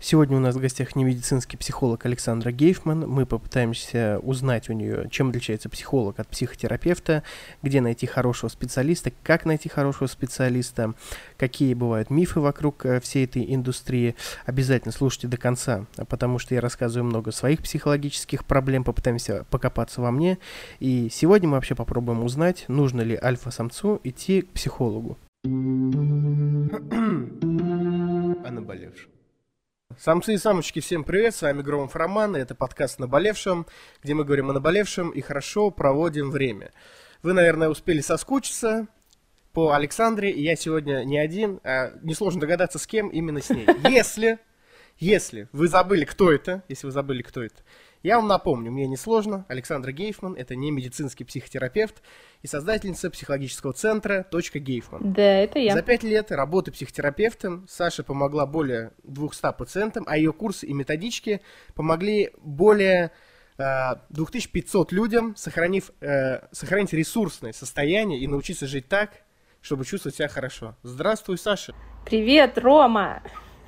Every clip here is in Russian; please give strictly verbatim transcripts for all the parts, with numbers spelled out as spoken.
Сегодня у нас в гостях немедицинский психолог Александра Гейфман. Мы попытаемся узнать у нее, чем отличается психолог от психотерапевта, где найти хорошего специалиста, как найти хорошего специалиста, какие бывают мифы вокруг всей этой индустрии. Обязательно слушайте до конца, потому что я рассказываю много своих психологических проблем, попытаемся покопаться во мне. И сегодня мы вообще попробуем узнать, нужно ли альфа-самцу идти к психологу. О наболевшем. Самцы и самочки, всем привет, с вами Громов Роман, и это подкаст «Наболевшем», где мы говорим о наболевшем и хорошо проводим время. Вы, наверное, успели соскучиться по Александре, и я сегодня не один, а несложно догадаться, с кем, именно с ней. Если, если вы забыли, кто это, если вы забыли, кто это, я вам напомню, мне несложно, Александра Гейфман – это не медицинский психотерапевт и создательница психологического центра «Точка Гейфман». Да, это я. За пять лет работы психотерапевтом Саша помогла более двухсот пациентам, а ее курсы и методички помогли более э, две тысячи пятисот людям, сохранив, э, сохранить ресурсное состояние и научиться жить так, чтобы чувствовать себя хорошо. Здравствуй, Саша. Привет, Рома.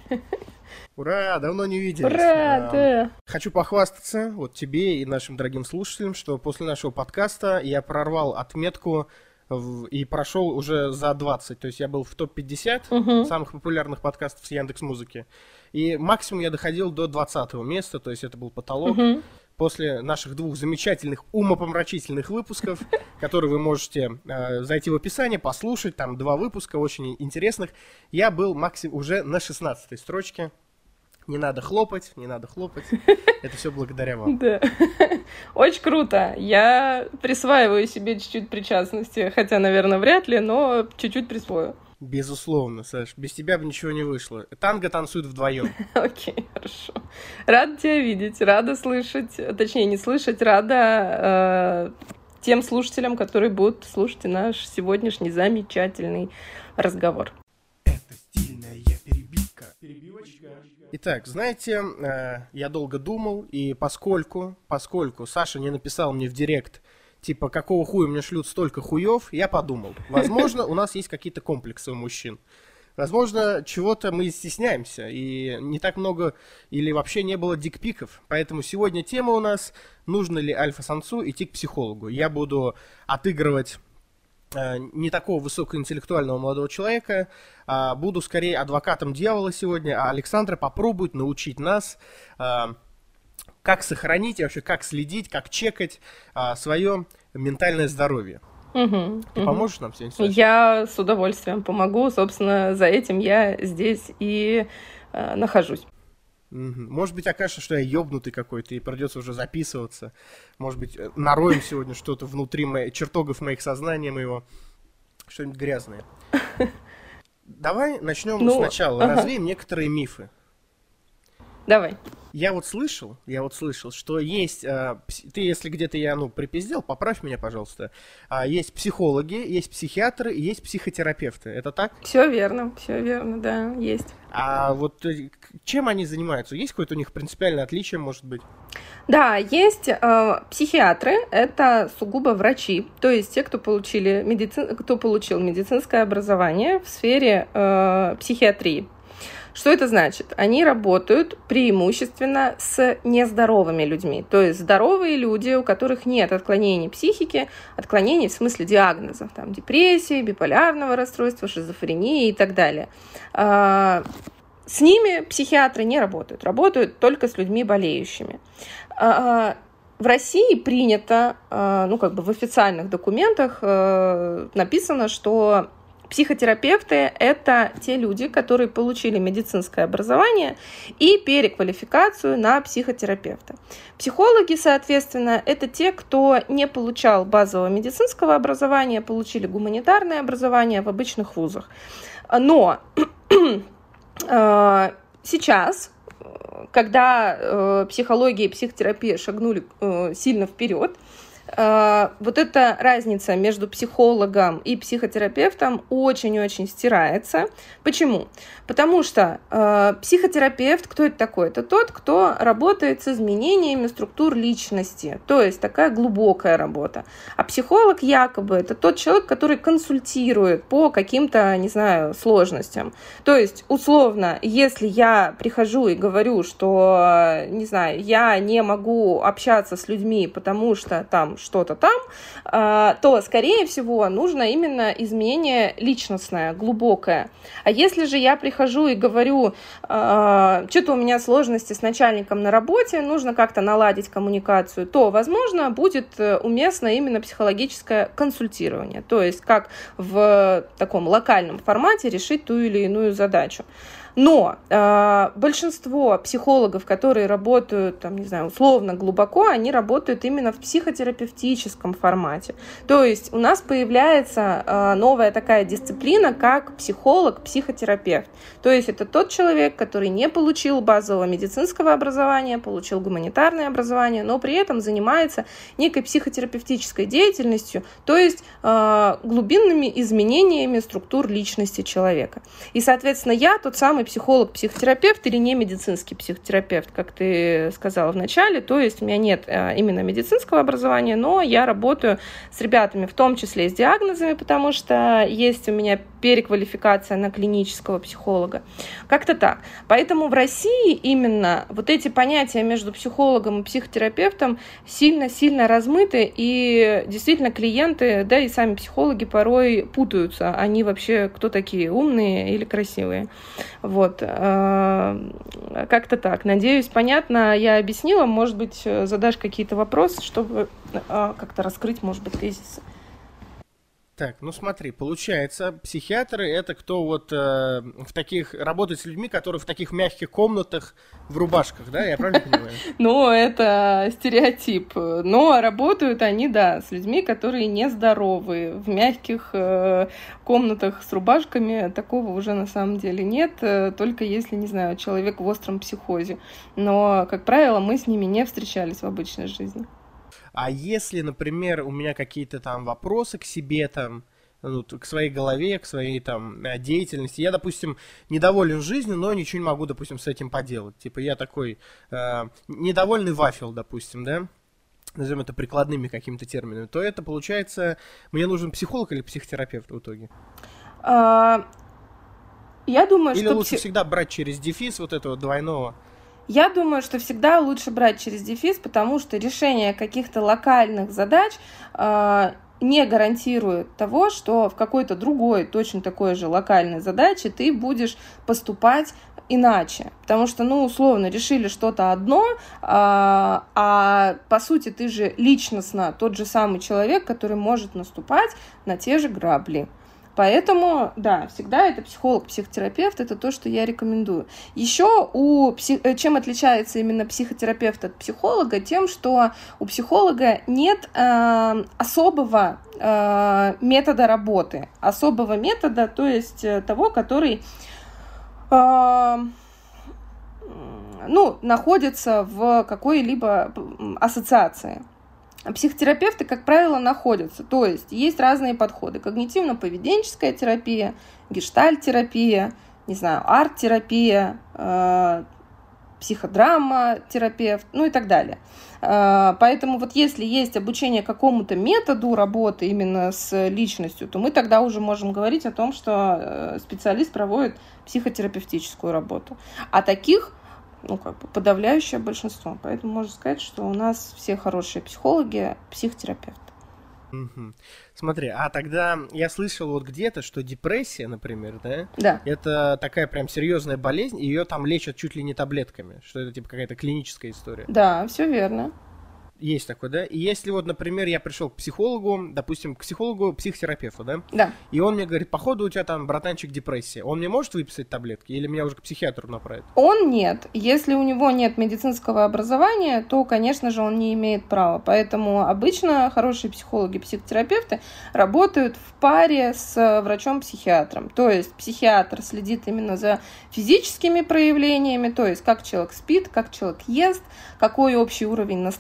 Ура, давно не виделись. Ура, да. Хочу похвастаться вот тебе и нашим дорогим слушателям, что после нашего подкаста я прорвал отметку в, и прошел уже за двадцать. То есть я был в топ пятьдесят угу. самых популярных подкастов с Яндекс.Музыки. И максимум я доходил до двадцатого места, то есть это был потолок. Угу. После наших двух замечательных, умопомрачительных выпусков, которые вы можете э, зайти в описание, послушать, там два выпуска очень интересных, я был максимум уже на шестнадцатой строчке. Не надо хлопать, не надо хлопать. Это все благодаря вам. Да. Очень круто. Я присваиваю себе чуть-чуть причастности, хотя, наверное, вряд ли, но чуть-чуть присвою. Безусловно, Саш. Без тебя бы ничего не вышло. Танго танцуют вдвоем. Окей, хорошо. Рада тебя видеть, рада слышать, точнее, не слышать, рада э, тем слушателям, которые будут слушать наш сегодняшний замечательный разговор. Это стильная перебивка. Перебивочка. Итак, знаете, э, я долго думал, и поскольку, поскольку Саша не написал мне в директ, типа, какого хуя мне шлют столько хуев, я подумал, возможно, у нас есть какие-то комплексы у мужчин. Возможно, чего-то мы стесняемся, и не так много, или вообще не было дикпиков. Поэтому сегодня тема у нас, нужно ли альфа-самцу идти к психологу. Я буду отыгрывать э, не такого высокоинтеллектуального молодого человека, а буду скорее адвокатом дьявола сегодня, а Александра попробует научить нас, э, как сохранить и вообще как следить, как чекать э, свое ментальное здоровье. Угу, Ты угу. поможешь нам сегодня, Саша? Я с удовольствием помогу. Собственно, за этим я здесь и э, нахожусь. Угу. Может быть, окажется, что я ёбнутый какой-то, и придется уже записываться. Может быть, нароем сегодня что-то внутри моих чертогов моих сознания моего. Что-нибудь грязное. Давай начнем ну, сначала. Ага. Развеем некоторые мифы. Давай. Я вот слышал, я вот слышал, что есть, э, ты если где-то я, ну, припиздел, поправь меня, пожалуйста, а, есть психологи, есть психиатры и есть психотерапевты, это так? Все верно, все верно, да, есть. А вот чем они занимаются? Есть какое-то у них принципиальное отличие, может быть? Да, есть э, психиатры, это сугубо врачи, то есть те, кто, получили медици... кто получил медицинское образование в сфере э, психиатрии. Что это значит? Они работают преимущественно с нездоровыми людьми. То есть здоровые люди, у которых нет отклонений психики, отклонений в смысле диагнозов, там, депрессии, биполярного расстройства, шизофрении и так далее. С ними психиатры не работают, работают только с людьми болеющими. В России принято, ну, как бы в официальных документах написано, что психотерапевты – это те люди, которые получили медицинское образование и переквалификацию на психотерапевта. Психологи, соответственно, это те, кто не получал базового медицинского образования, получили гуманитарное образование в обычных вузах. Но сейчас, когда психология и психотерапия шагнули сильно вперед, вот эта разница между психологом и психотерапевтом очень-очень стирается. Почему? Потому что э, психотерапевт, кто это такой? Это тот, кто работает с изменениями структур личности, то есть такая глубокая работа. А психолог якобы это тот человек, который консультирует по каким-то, не знаю, сложностям. То есть, условно, если я прихожу и говорю, что, не знаю, я не могу общаться с людьми, потому что там что-то там, э, то, скорее всего, нужно именно изменение личностное, глубокое. А если же я прихожу Хожу и говорю, э, что-то у меня сложности с начальником на работе, нужно как-то наладить коммуникацию, то, возможно, будет уместно именно психологическое консультирование, то есть как в таком локальном формате решить ту или иную задачу. Но э, большинство психологов, которые работают, там, не знаю, условно глубоко, они работают именно в психотерапевтическом формате. То есть у нас появляется э, новая такая дисциплина, как психолог-психотерапевт. То есть это тот человек, который не получил базового медицинского образования, получил гуманитарное образование, но при этом занимается некой психотерапевтической деятельностью, то есть э, глубинными изменениями структур личности человека. И, соответственно, я тот самый психолог-психотерапевт или не медицинский психотерапевт, как ты сказала в начале, то есть у меня нет именно медицинского образования, но я работаю с ребятами, в том числе и с диагнозами, потому что есть у меня переквалификация на клинического психолога. Как-то так. Поэтому в России именно вот эти понятия между психологом и психотерапевтом сильно-сильно размыты, и действительно клиенты, да и сами психологи порой путаются, они вообще кто такие, умные или красивые. Вот, как-то так. Надеюсь, понятно, я объяснила. Может быть, задашь какие-то вопросы, чтобы как-то раскрыть, может быть, тезисы. Так, ну смотри, получается, психиатры это кто вот э, в таких работает с людьми, которые в таких мягких комнатах в рубашках, да? Я правильно понимаю? Ну, это стереотип. Но работают они, да, с людьми, которые нездоровы. В мягких э, комнатах с рубашками такого уже на самом деле нет, только если, не знаю, человек в остром психозе. Но, как правило, мы с ними не встречались в обычной жизни. А если, например, у меня какие-то там вопросы к себе, там, ну, к своей голове, к своей там деятельности, я, допустим, недоволен жизнью, но ничего не могу, допустим, с этим поделать. Типа я такой э, недовольный вафел, допустим, да, назовем это прикладными какими-то терминами, то это, получается, мне нужен психолог или психотерапевт в итоге? А, я думаю, или что... Или лучше пси... всегда брать через дефис вот этого двойного? Я думаю, что всегда лучше брать через дефис, потому что решение каких-то локальных задач э, не гарантирует того, что в какой-то другой, точно такой же локальной задаче ты будешь поступать иначе. Потому что, ну, условно, решили что-то одно, а, а по сути ты же личностно тот же самый человек, который может наступать на те же грабли. Поэтому, да, всегда это психолог, психотерапевт, это то, что я рекомендую. Еще у псих... чем отличается именно психотерапевт от психолога? Тем, что у психолога нет э, особого э, метода работы, особого метода, то есть того, который э, ну, находится в какой-либо ассоциации. Психотерапевты, как правило, находятся. То есть есть разные подходы. Когнитивно-поведенческая терапия, гештальт-терапия, не знаю, арт-терапия, э, психодрама-терапевт, ну и так далее. Э, поэтому вот если есть обучение какому-то методу работы именно с личностью, то мы тогда уже можем говорить о том, что специалист проводит психотерапевтическую работу. А таких ну, как бы подавляющее большинство. Поэтому можно сказать, что у нас все хорошие психологи, психотерапевты. Угу. Смотри, а тогда я слышал вот где-то, что депрессия, например, да? Да. Это такая прям серьезная болезнь, и ее там лечат чуть ли не таблетками, что это типа какая-то клиническая история. Да, все верно. Есть такое, да? И если вот, например, я пришел к психологу, допустим, к психологу, психотерапевту, да? Да. И он мне говорит, походу у тебя там, братанчик, депрессия. Он мне может выписать таблетки или меня уже к психиатру направить? Он нет. Если у него нет медицинского образования, то, конечно же, он не имеет права. Поэтому обычно хорошие психологи, психотерапевты работают в паре с врачом-психиатром. То есть психиатр следит именно за физическими проявлениями, то есть как человек спит, как человек ест, какой общий уровень настроения,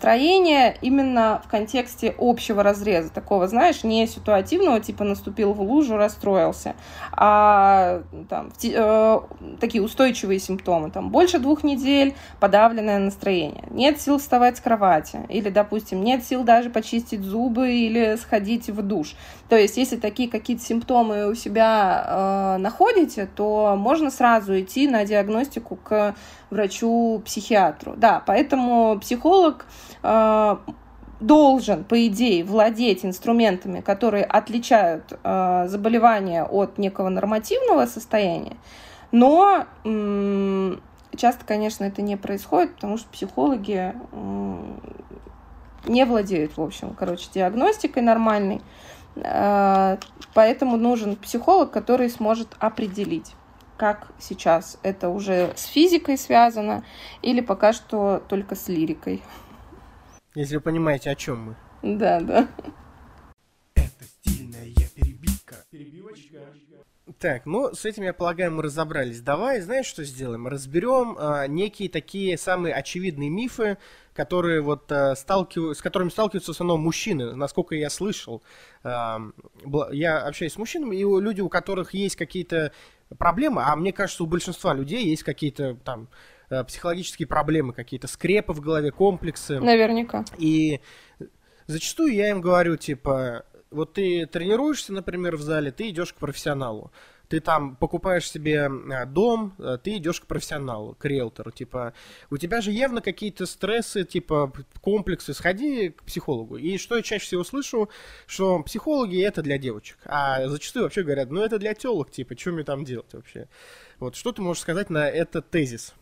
настроение именно в контексте общего разреза, такого, знаешь, не ситуативного, типа наступил в лужу, расстроился, а там, э, такие устойчивые симптомы, там, больше двух недель подавленное настроение, нет сил вставать с кровати, или, допустим, нет сил даже почистить зубы или сходить в душ. То есть, если такие какие-то симптомы у себя э, находите, то можно сразу идти на диагностику к врачу-психиатру. Да, поэтому психолог э, должен, по идее, владеть инструментами, которые отличают э, заболевание от некого нормативного состояния, но м- часто, конечно, это не происходит, потому что психологи м- не владеют, в общем, короче, диагностикой нормальной, э- поэтому нужен психолог, который сможет определить, как сейчас это уже с физикой связано или пока что только с лирикой. Если вы понимаете, о чем мы. Да, да. Это стильная перебивка. Перебивочка. Так, ну, с этим, я полагаю, мы разобрались. Давай, знаешь, что сделаем? Разберем а, некие такие самые очевидные мифы, которые вот а, сталкив... с которыми сталкиваются в основном мужчины, насколько я слышал. А, я общаюсь с мужчинами, и люди, у которых есть какие-то проблемы, а мне кажется, у большинства людей есть какие-то там психологические проблемы, какие-то скрепы в голове, комплексы. Наверняка. И зачастую я им говорю, типа, вот ты тренируешься, например, в зале, ты идешь к профессионалу. Ты там покупаешь себе дом, ты идешь к профессионалу, к риэлтору. Типа, у тебя же явно какие-то стрессы, типа, комплексы, сходи к психологу. И что я чаще всего слышу, что психологи это для девочек. А зачастую вообще говорят, ну это для тёлок, типа, что мне там делать вообще? Вот, что ты можешь сказать на этот тезис?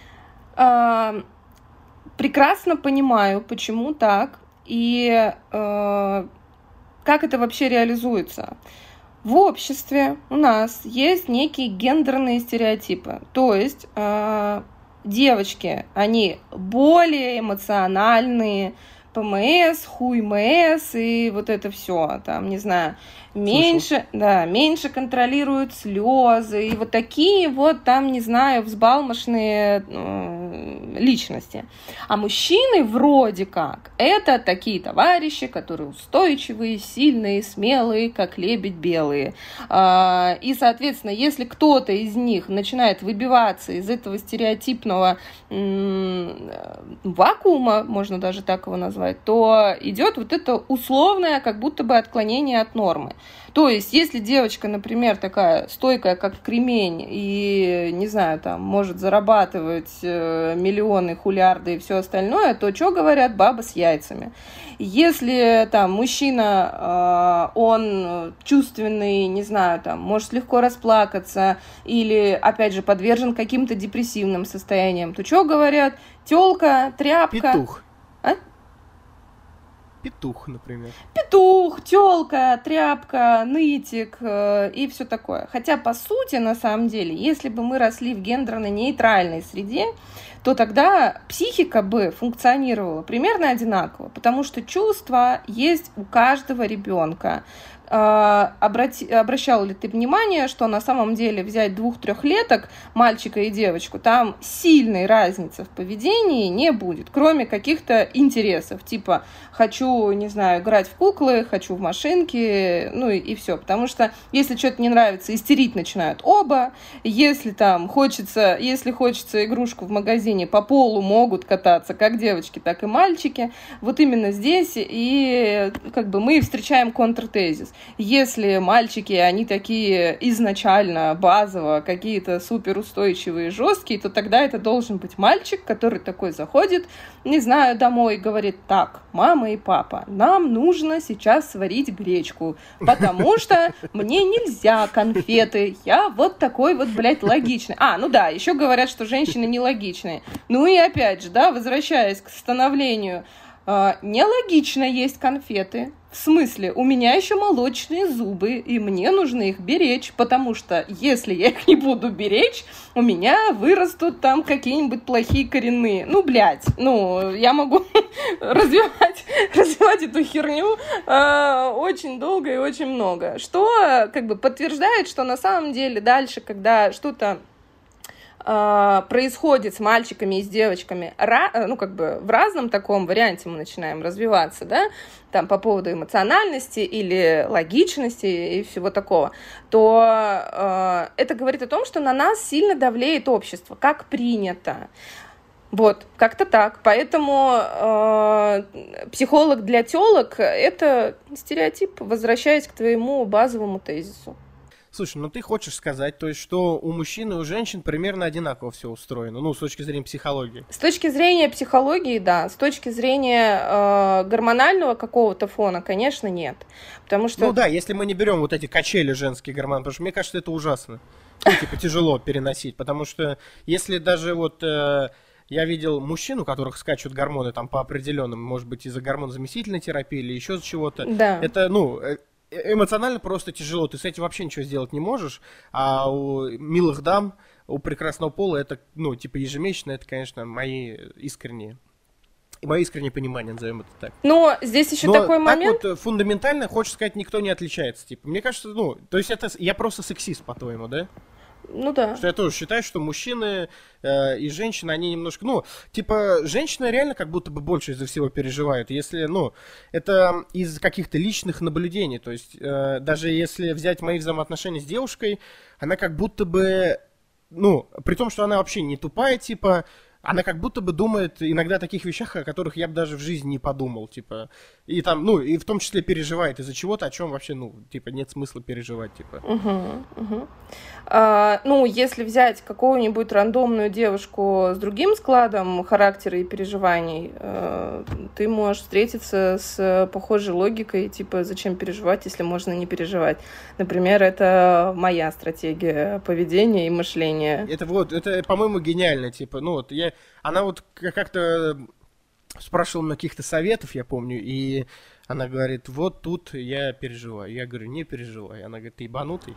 А, прекрасно понимаю, почему так, и а, как это вообще реализуется. В обществе у нас есть некие гендерные стереотипы, то есть э, девочки, они более эмоциональные, ПМС, хуй-МС и вот это все, там, не знаю, меньше, да, меньше контролируют слезы, и вот такие вот там, не знаю, взбалмошные э, личности. А мужчины вроде как это такие товарищи, которые устойчивые, сильные, смелые, как лебедь белые. Э, и, соответственно, если кто-то из них начинает выбиваться из этого стереотипного э, вакуума, можно даже так его назвать, то идет вот это условное, как будто бы отклонение от нормы. То есть, если девочка, например, такая стойкая, как кремень, и, не знаю, там, может зарабатывать миллионы, хулиарды и все остальное, то что говорят баба с яйцами? Если там мужчина, он чувственный, не знаю, там, может легко расплакаться или, опять же, подвержен каким-то депрессивным состояниям, то что говорят? Тёлка, тряпка. Петух. А? Петух, например. Петух, тёлка, тряпка, нытик э, и все такое. Хотя, по сути, на самом деле, если бы мы росли в гендерно-нейтральной среде, то тогда психика бы функционировала примерно одинаково, потому что чувства есть у каждого ребенка. Обрати, обращал ли ты внимание, что на самом деле взять двух-трехлеток, мальчика и девочку, там сильной разницы в поведении не будет, кроме каких-то интересов, типа хочу, не знаю, играть в куклы, хочу в машинки, ну и, и все, потому что если что-то не нравится, истерить начинают оба, если там хочется, если хочется игрушку в магазине, по полу могут кататься как девочки, так и мальчики, вот именно здесь и как бы мы встречаем контртезис. Если мальчики, они такие изначально, базово, какие-то суперустойчивые, жесткие, то тогда это должен быть мальчик, который такой заходит, не знаю, домой и говорит: так, мама и папа, нам нужно сейчас сварить гречку, потому что мне нельзя конфеты, я вот такой вот, блядь, логичный. А, ну да, еще говорят, что женщины нелогичные. Ну и опять же, да, возвращаясь к становлению, э, нелогично есть конфеты. В смысле, у меня еще молочные зубы, и мне нужно их беречь, потому что если я их не буду беречь, у меня вырастут там какие-нибудь плохие коренные. Ну, блядь, ну, я могу развивать, развивать эту херню э, очень долго и очень много. Что как бы подтверждает, что на самом деле дальше, когда что-то э, происходит с мальчиками и с девочками, ра- ну, как бы в разном таком варианте мы начинаем развиваться, да, там, по поводу эмоциональности или логичности и всего такого, то э, это говорит о том, что на нас сильно давлеет общество, как принято. Вот, как-то так. Поэтому э, психолог для тёлок — это стереотип, возвращаясь к твоему базовому тезису. Слушай, ну ты хочешь сказать, то есть, что у мужчин и у женщин примерно одинаково все устроено, ну, с точки зрения психологии? С точки зрения психологии, да. С точки зрения э, гормонального какого-то фона, конечно, нет. Потому что... Ну да, если мы не берем вот эти качели женские гормоны, потому что мне кажется, это ужасно. Ну, типа, тяжело переносить, потому что если даже вот... Э, я видел мужчин, у которых скачут гормоны там по определенным, может быть, из-за гормонозаместительной терапии или еще из чего-то. Да. Это, ну, эмоционально просто тяжело. Ты с этим вообще ничего сделать не можешь. А у милых дам, у прекрасного пола, это, ну, типа, ежемесячно, это, конечно, мои искренние. Мое искреннее понимание, назовем это так. Но здесь еще Но такой так момент. Вот фундаментально, хочешь сказать, никто не отличается. Типа, мне кажется, ну, то есть это я просто сексист, по-твоему, да? Ну да. Что я тоже считаю, что мужчины э, и женщины, они немножко, ну, типа, женщины реально как будто бы больше из-за всего переживают. Если, ну, это из каких-то личных наблюдений. То есть, э, даже если взять мои взаимоотношения с девушкой, она как будто бы, ну, при том, что она вообще не тупая, типа, она как будто бы думает иногда о таких вещах, о которых я бы даже в жизни не подумал, типа, и там, ну, и в том числе переживает из-за чего-то, о чем вообще, ну, типа, нет смысла переживать, типа. Угу, угу. А, ну, если взять какую-нибудь рандомную девушку с другим складом характера и переживаний, э, ты можешь встретиться с похожей логикой, типа, зачем переживать, если можно не переживать. Например, это моя стратегия поведения и мышления. Это вот, это, по-моему, гениально, типа, ну, вот я, она вот как-то спрашивала на каких-то советов, я помню, и она говорит, вот тут я переживаю. Я говорю, не переживай. Она говорит, ты ебанутый?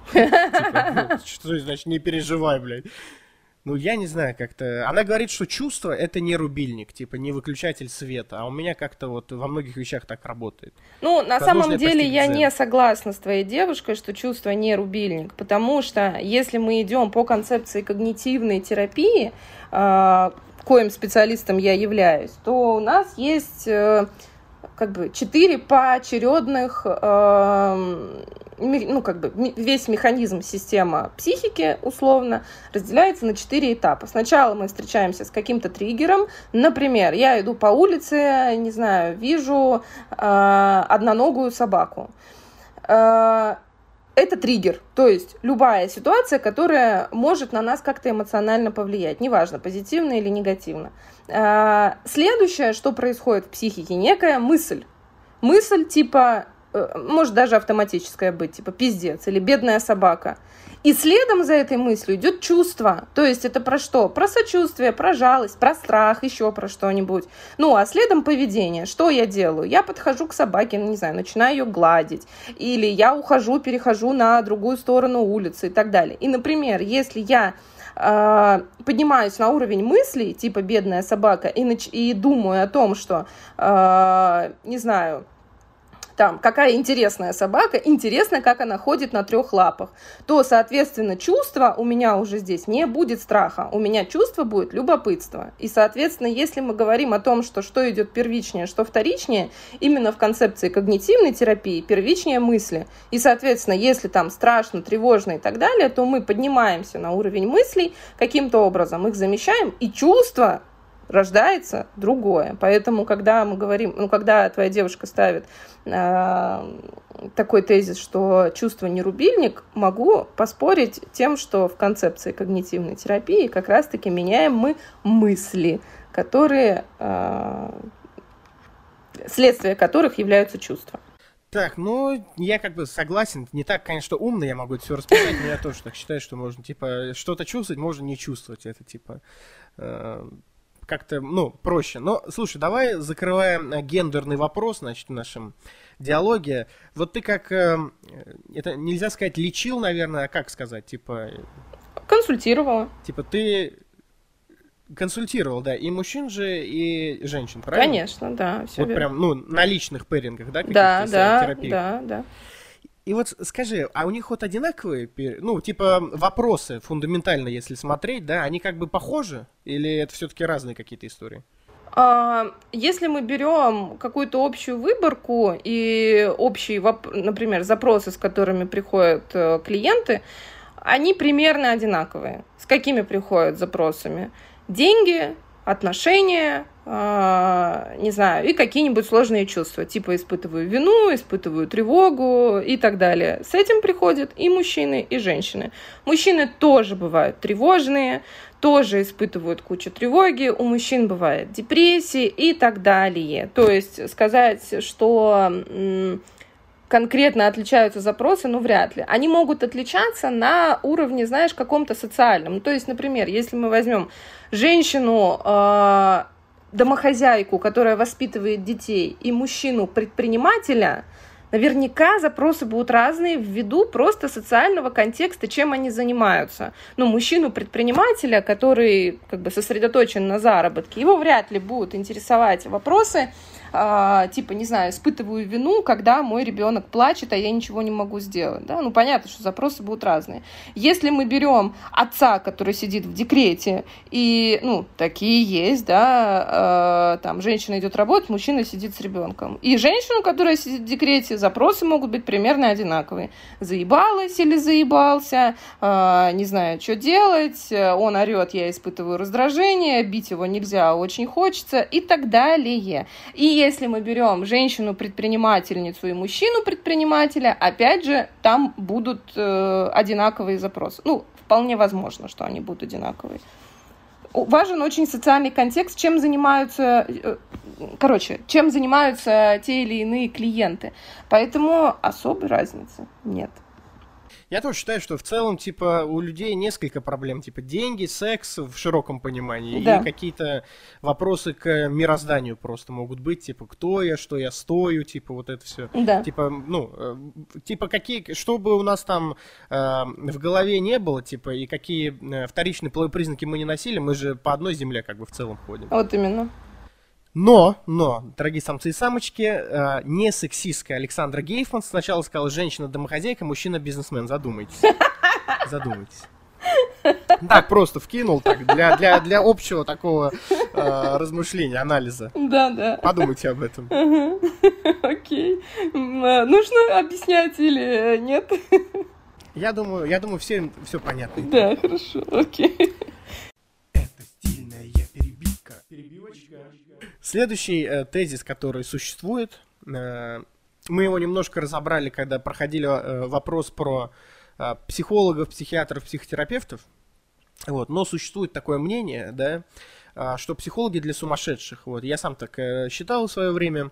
Что значит не переживай, блядь? Ну, я не знаю, как-то... Она говорит, что чувство — это не рубильник, типа, не выключатель света. А у меня как-то вот во многих вещах так работает. Ну, на самом деле, я не согласна с твоей девушкой, что чувство не рубильник. Потому что, если мы идем по концепции когнитивной терапии, коим специалистом я являюсь, то у нас есть э, как бы четыре поочередных, э, ну как бы весь механизм, система психики условно разделяется на четыре этапа. Сначала мы встречаемся с каким-то триггером, например, я иду по улице, не знаю, вижу э, одноногую собаку. Э, Это триггер, то есть любая ситуация, которая может на нас как-то эмоционально повлиять, неважно, позитивно или негативно. Следующее, что происходит в психике, некая мысль. Мысль типа, может даже автоматическая быть, типа пиздец или бедная собака. И следом за этой мыслью идет чувство. То есть это про что? Про сочувствие, про жалость, про страх, еще про что-нибудь. Ну, а следом поведение. Что я делаю? Я подхожу к собаке, ну, не знаю, начинаю ее гладить. Или я ухожу, перехожу на другую сторону улицы и так далее. И, например, если я э, поднимаюсь на уровень мыслей, типа бедная собака, и, нач- и думаю о том, что, э, не знаю, там, какая интересная собака, интересно, как она ходит на трех лапах, то, соответственно, чувство у меня уже здесь не будет страха, у меня чувство будет любопытство. И, соответственно, если мы говорим о том, что что идет первичнее, что вторичнее, именно в концепции когнитивной терапии первичнее мысли. И, соответственно, если там страшно, тревожно и так далее, то мы поднимаемся на уровень мыслей, каким-то образом их замещаем, и чувство рождается другое. Поэтому, когда мы говорим, ну, когда твоя девушка ставит э, такой тезис, что чувство не рубильник, могу поспорить тем, что в концепции когнитивной терапии как раз-таки меняем мы мысли, которые, э, следствие которых являются чувства. Так, ну, я как бы согласен. Не так, конечно, умно я могу это все расписать, но я тоже так считаю, что можно, типа, что-то чувствовать, можно не чувствовать. Это, типа... Э, как-то, ну, проще. Но, слушай, давай закрываем гендерный вопрос, значит, в нашем диалоге. Вот ты как, э, это нельзя сказать лечил, наверное, а как сказать, типа... Консультировала. Типа ты консультировал, да, и мужчин же, и женщин, правильно? Конечно, да, все вот верно. Прям, ну, на личных пэрингах, да, каких-то да, да, терапиях? Да, да, И вот скажи, а у них вот одинаковые, ну, типа, вопросы фундаментально, если смотреть, да, они как бы похожи? Или это все-таки разные какие-то истории? Если мы берем какую-то общую выборку и общие, например, запросы, с которыми приходят клиенты, они примерно одинаковые. С какими приходят запросами? Деньги, отношения, э, не знаю, и какие-нибудь сложные чувства, типа испытываю вину, испытываю тревогу и так далее. С этим приходят и мужчины, и женщины. Мужчины тоже бывают тревожные, тоже испытывают кучу тревоги, у мужчин бывает депрессия и так далее. То есть сказать, что м- конкретно отличаются запросы, ну, вряд ли. Они могут отличаться на уровне, знаешь, каком-то социальном. То есть, например, если мы возьмем женщину, э, домохозяйку, которая воспитывает детей, и мужчину-предпринимателя, наверняка запросы будут разные ввиду просто социального контекста, чем они занимаются. Ну, мужчину-предпринимателя, который как бы сосредоточен на заработке, его вряд ли будут интересовать вопросы, э, типа, не знаю, испытываю вину, когда мой ребенок плачет, а я ничего не могу сделать. Да? Ну, понятно, что запросы будут разные. Если мы берем отца, который сидит в декрете, и, ну, такие есть, да, э, там, женщина идет работать, мужчина сидит с ребенком. И женщину, которая сидит в декрете, запросы могут быть примерно одинаковые. Заебалась или заебался, э, не знаю, что делать, он орет, я испытываю раздражение, бить его нельзя, очень хочется и так далее. И если мы берем женщину-предпринимательницу и мужчину-предпринимателя, опять же, там будут э, одинаковые запросы. Ну, вполне возможно, что они будут одинаковые. Важен очень социальный контекст, чем занимаются, короче, чем занимаются те или иные клиенты. Поэтому особой разницы нет. Я тоже считаю, что в целом, типа, у людей несколько проблем. Типа, деньги, секс в широком понимании. Да. И какие-то вопросы к мирозданию просто могут быть. Типа, кто я, что я стою, типа, вот это все. Да. Типа, ну, типа, какие, что бы у нас там э, в голове не было, типа, и какие э, вторичные половые признаки мы не носили, мы же по одной земле, как бы, в целом ходим. Вот именно. Но, но, дорогие самцы и самочки, э, не сексистская Александра Гейфман сначала сказала: женщина-домохозяйка, мужчина-бизнесмен. Задумайтесь. Задумайтесь. Так, просто вкинул так, для, для, для общего такого э, размышления, анализа. Да, да. Подумайте об этом. Окей. Нужно объяснять или нет? Я думаю, я думаю, всем все понятно. Да, хорошо, окей. Следующий э, тезис, который существует, э, мы его немножко разобрали, когда проходили э, вопрос про э, психологов, психиатров, психотерапевтов. Вот. Но существует такое мнение, да, э, что психологи для сумасшедших. Вот. Я сам так э, считал в свое время.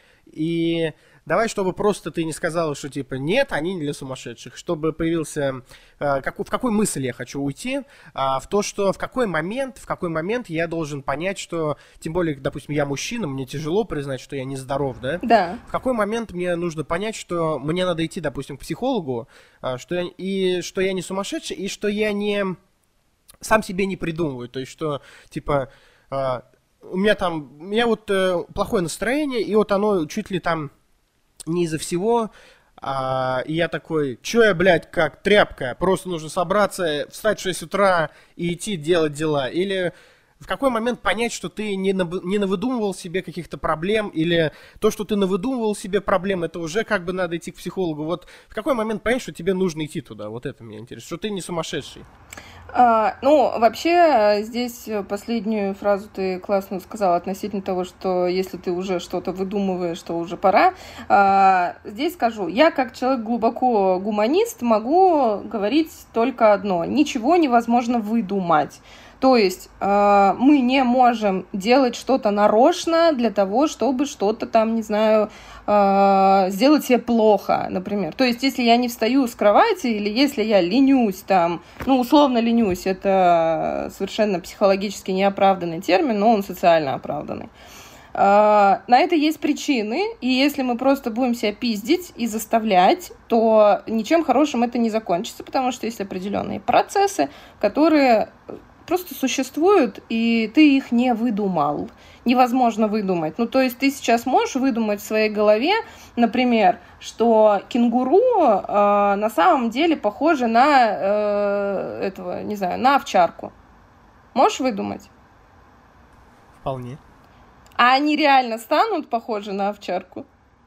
И давай, чтобы просто ты не сказала, что типа нет, они не для сумасшедших, чтобы появился, э, как, в какой мысли я хочу уйти, э, в то, что в какой момент, в какой момент я должен понять, что, тем более, допустим, я мужчина, мне тяжело признать, что я нездоров, да? Да. В какой момент мне нужно понять, что мне надо идти, допустим, к психологу, э, что я, и что я не сумасшедший, и что я не сам себе не придумываю, то есть, что, типа, э, у меня там, у меня вот э, плохое настроение, и вот оно чуть ли там не из-за всего, а, и я такой, чё я, блядь, как тряпка, просто нужно собраться, встать в шесть утра и идти делать дела, или в какой момент понять, что ты не, на, не навыдумывал себе каких-то проблем, или то, что ты навыдумывал себе проблем, это уже как бы надо идти к психологу, вот в какой момент понять, что тебе нужно идти туда, вот это меня интересует, что ты не сумасшедший. А, ну, вообще, здесь последнюю фразу ты классно сказала относительно того, что если ты уже что-то выдумываешь, что уже пора. А, здесь скажу, я как человек глубоко гуманист могу говорить только одно. Ничего невозможно выдумать. То есть э, мы не можем делать что-то нарочно для того, чтобы что-то там, не знаю, э, сделать себе плохо, например. То есть если я не встаю с кровати или если я ленюсь там, ну, условно ленюсь, это совершенно психологически неоправданный термин, но он социально оправданный. Э, на это есть причины, и если мы просто будем себя пиздить и заставлять, то ничем хорошим это не закончится, потому что есть определенные процессы, которые просто существуют, и ты их не выдумал. Невозможно выдумать. Ну, то есть ты сейчас можешь выдумать в своей голове, например, что кенгуру э, на самом деле похоже на э, этого, не знаю, на овчарку. Можешь выдумать? Вполне. А они реально станут похожи на овчарку?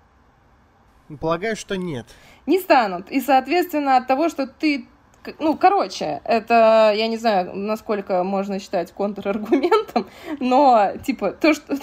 Полагаю, что нет. Не станут. И, соответственно, от того, что ты... Ну, короче, это, я не знаю, насколько можно считать контраргументом, но, типа, то, что,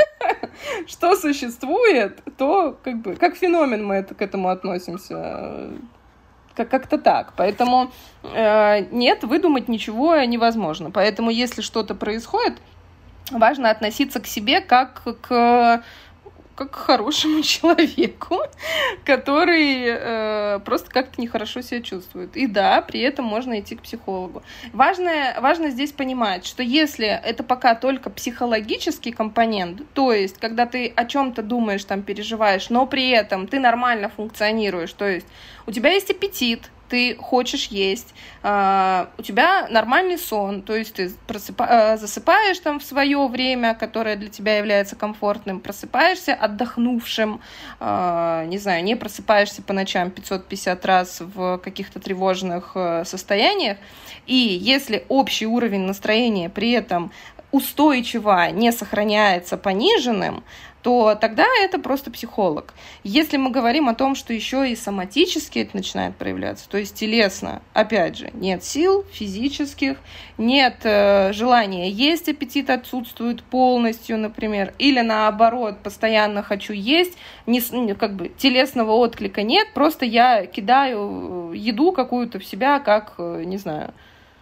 что существует, то, как бы, как феномен мы это, к этому относимся. Как- как-то так. Поэтому э, нет, выдумать ничего невозможно. Поэтому, если что-то происходит, важно относиться к себе как к... как к хорошему человеку, который э, просто как-то нехорошо себя чувствует. И да, при этом можно идти к психологу. Важно, важно здесь понимать, что если это пока только психологический компонент, то есть когда ты о чем-то думаешь, там переживаешь, но при этом ты нормально функционируешь, то есть у тебя есть аппетит, ты хочешь есть, э, у тебя нормальный сон, то есть ты просыпа- э, засыпаешь там в свое время, которое для тебя является комфортным, просыпаешься отдохнувшим, э, не знаю, не просыпаешься по ночам пятьсот пятьдесят раз в каких-то тревожных э, состояниях, и если общий уровень настроения при этом устойчиво не сохраняется пониженным, то тогда это просто психолог. Если мы говорим о том, что еще и соматически это начинает проявляться, то есть телесно, опять же, нет сил физических, нет э, желания есть, аппетит отсутствует полностью, например, или наоборот, постоянно хочу есть, не, как бы телесного отклика нет, просто я кидаю еду какую-то в себя, как, не знаю,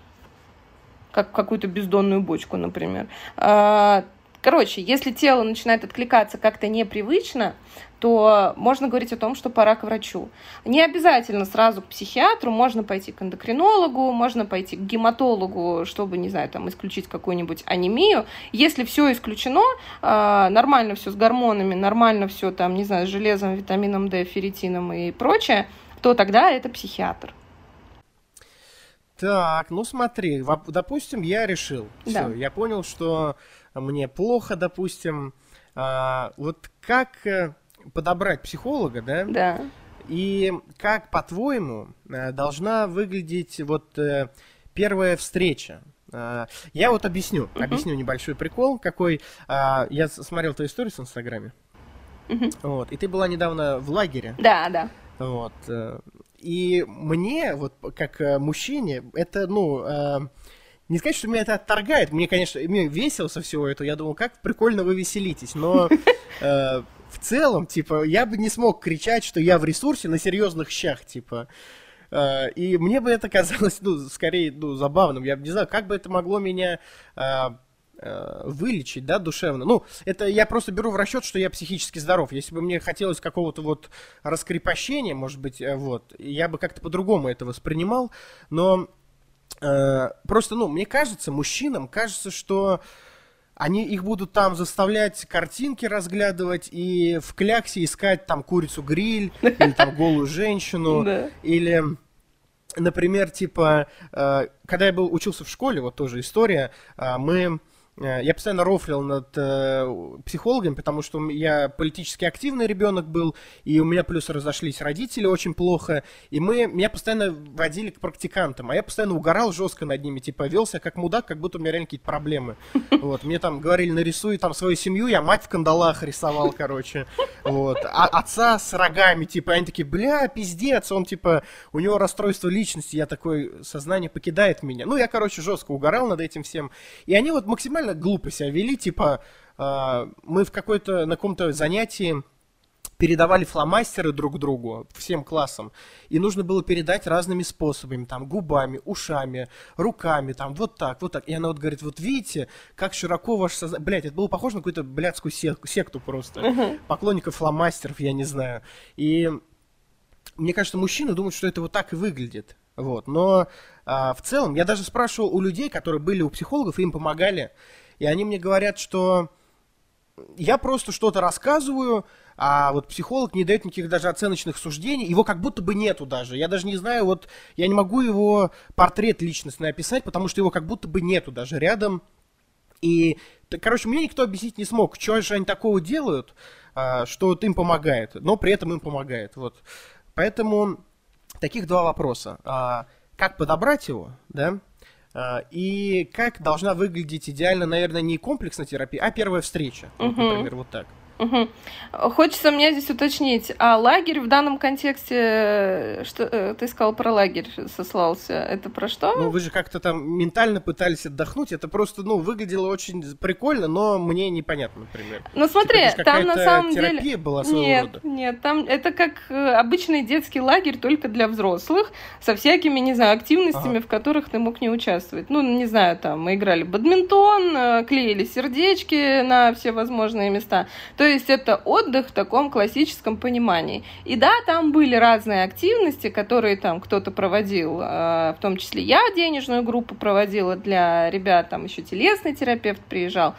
как какую-то бездонную бочку, например. Короче, если тело начинает откликаться как-то непривычно, то можно говорить о том, что пора к врачу. Не обязательно сразу к психиатру, можно пойти к эндокринологу, можно пойти к гематологу, чтобы, не знаю, там, исключить какую-нибудь анемию. Если все исключено, нормально все с гормонами, нормально все, там, не знаю, с железом, витамином D, ферритином и прочее, то тогда это психиатр. Так, ну смотри, допустим, я решил, Да. все, я понял, что мне плохо, допустим, а, вот как э, подобрать психолога, да? Да. И как, по-твоему, э, должна выглядеть вот э, первая встреча? А, я вот объясню, Мгм. объясню небольшой прикол, какой. а, Я с- смотрел твою историю в Инстаграме, Мгм. вот, и ты была недавно в лагере, Да, да. вот. э, И мне, вот как э, мужчине, это, ну, э, не сказать, что меня это отторгает. Мне, конечно, мне весело со всего этого. Я думал, как прикольно вы веселитесь. Но э, в целом, типа, я бы не смог кричать, что я в ресурсе на серьезных щах, типа. Э, и мне бы это казалось, ну, скорее, ну, забавным. Я бы не знаю, как бы это могло меня э, э, вылечить, да, душевно. Ну, это я просто беру в расчет, что я психически здоров. Если бы мне хотелось какого-то вот раскрепощения, может быть, э, вот, я бы как-то по-другому это воспринимал. Но э, просто, ну, мне кажется, мужчинам кажется, что они их будут там заставлять картинки разглядывать и в кляксе искать там курицу-гриль или там голую женщину, Да. или, например, типа, э, когда я был, учился в школе, вот тоже история, э, мы, э, я постоянно рофлил над э, психологами, потому что я политически активный ребенок был, и у меня плюс разошлись родители очень плохо, и мы, меня постоянно водили к практикантам, а я постоянно угорал жестко над ними, типа, велся как мудак, как будто у меня реально какие-то проблемы. Вот, мне там говорили, нарисуй там свою семью, я мать в кандалах рисовал, короче, вот, а отца с рогами, типа, они такие, бля, пиздец, он, типа, у него расстройство личности, я такой, сознание покидает меня. Ну, я, короче, жестко угорал над этим всем, и они вот максимально глупо себя вели, типа, э, мы в какой-то, на каком-то занятии передавали фломастеры друг другу, всем классам, и нужно было передать разными способами, там, губами, ушами, руками, там, вот так, вот так. И она вот говорит, вот видите, как широко ваше сознание... Блядь, это было похоже на какую-то блядскую сек- секту просто, Мгм. поклонников фломастеров, я не знаю. И мне кажется, мужчины думают, что это вот так и выглядит. Вот. Но а, в целом, я даже спрашивал у людей, которые были у психологов, и им помогали, и они мне говорят, что я просто что-то рассказываю, а вот психолог не дает никаких даже оценочных суждений, его как будто бы нету даже. Я даже не знаю, вот я не могу его портрет личностный описать, потому что его как будто бы нету даже рядом. И, короче, мне никто объяснить не смог, что же они такого делают, что вот им помогает, но при этом им помогает. Вот. Поэтому таких два вопроса. Как подобрать его, да? И как должна выглядеть идеально, наверное, не комплексная терапия, а первая встреча. Uh-huh. Вот, например, вот так. Угу. Хочется мне здесь уточнить, а лагерь в данном контексте, что ты сказал про лагерь, сослался, это про что? Ну, вы же как-то там ментально пытались отдохнуть, это просто, ну, выглядело очень прикольно, но мне непонятно, например. Ну, смотри, типа, там на самом деле... терапия была своего нет, рода. Нет, там это как обычный детский лагерь, только для взрослых, со всякими, не знаю, активностями, ага. в которых ты мог не участвовать. Ну, не знаю, там мы играли в бадминтон, клеили сердечки на все возможные места. То То есть это отдых в таком классическом понимании. И да, там были разные активности, которые там кто-то проводил, в том числе я денежную группу проводила для ребят, там еще телесный терапевт приезжал.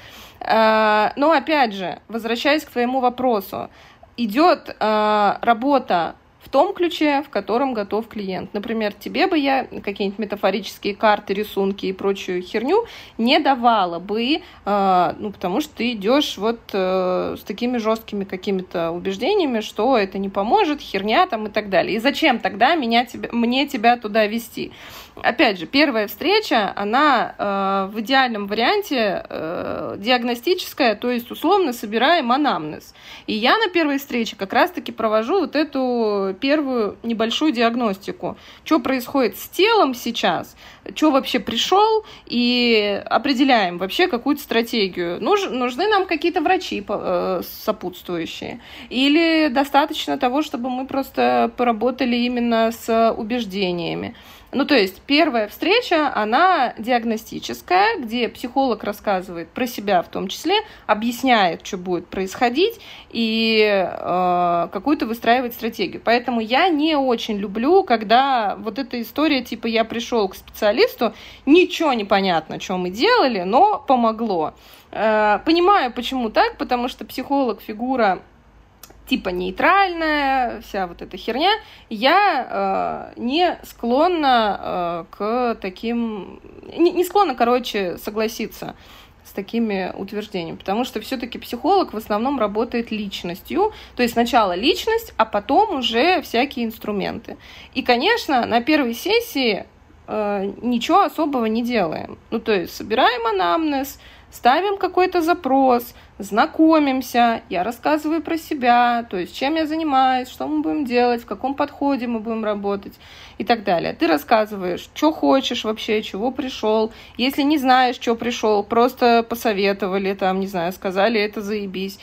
Но опять же, возвращаясь к твоему вопросу, идет работа в том ключе, в котором готов клиент. Например, тебе бы я какие-нибудь метафорические карты, рисунки и прочую херню не давала бы, э, ну, потому что ты идешь вот э, с такими жесткими какими-то убеждениями, что это не поможет, херня там и так далее. И зачем тогда меня, тебя, мне тебя туда вести? Опять же, первая встреча, она э, в идеальном варианте э, диагностическая, то есть условно собираем анамнез. И я на первой встрече как раз-таки провожу вот эту первую небольшую диагностику. Что происходит с телом сейчас, что вообще пришел, и определяем вообще какую-то стратегию. Нуж, нужны нам какие-то врачи э, сопутствующие? Или достаточно того, чтобы мы просто поработали именно с убеждениями? Ну, то есть первая встреча, она диагностическая, где психолог рассказывает про себя в том числе, объясняет, что будет происходить, и э, какую-то выстраивает стратегию. Поэтому я не очень люблю, когда вот эта история, типа, я пришел к специалисту, ничего не понятно, что мы делали, но помогло. Э, понимаю, почему так, потому что психолог фигура типа нейтральная, вся вот эта херня, я э, не склонна э, к таким... Не, не склонна, короче, согласиться с такими утверждениями, потому что все-таки психолог в основном работает личностью, то есть сначала личность, а потом уже всякие инструменты. И, конечно, на первой сессии э, ничего особого не делаем. Ну, то есть собираем анамнез, ставим какой-то запрос, знакомимся, я рассказываю про себя, то есть чем я занимаюсь, что мы будем делать, в каком подходе мы будем работать и так далее. Ты рассказываешь, что хочешь вообще, чего пришел. Если не знаешь, что пришел, просто посоветовали, там, не знаю, сказали, это заебись,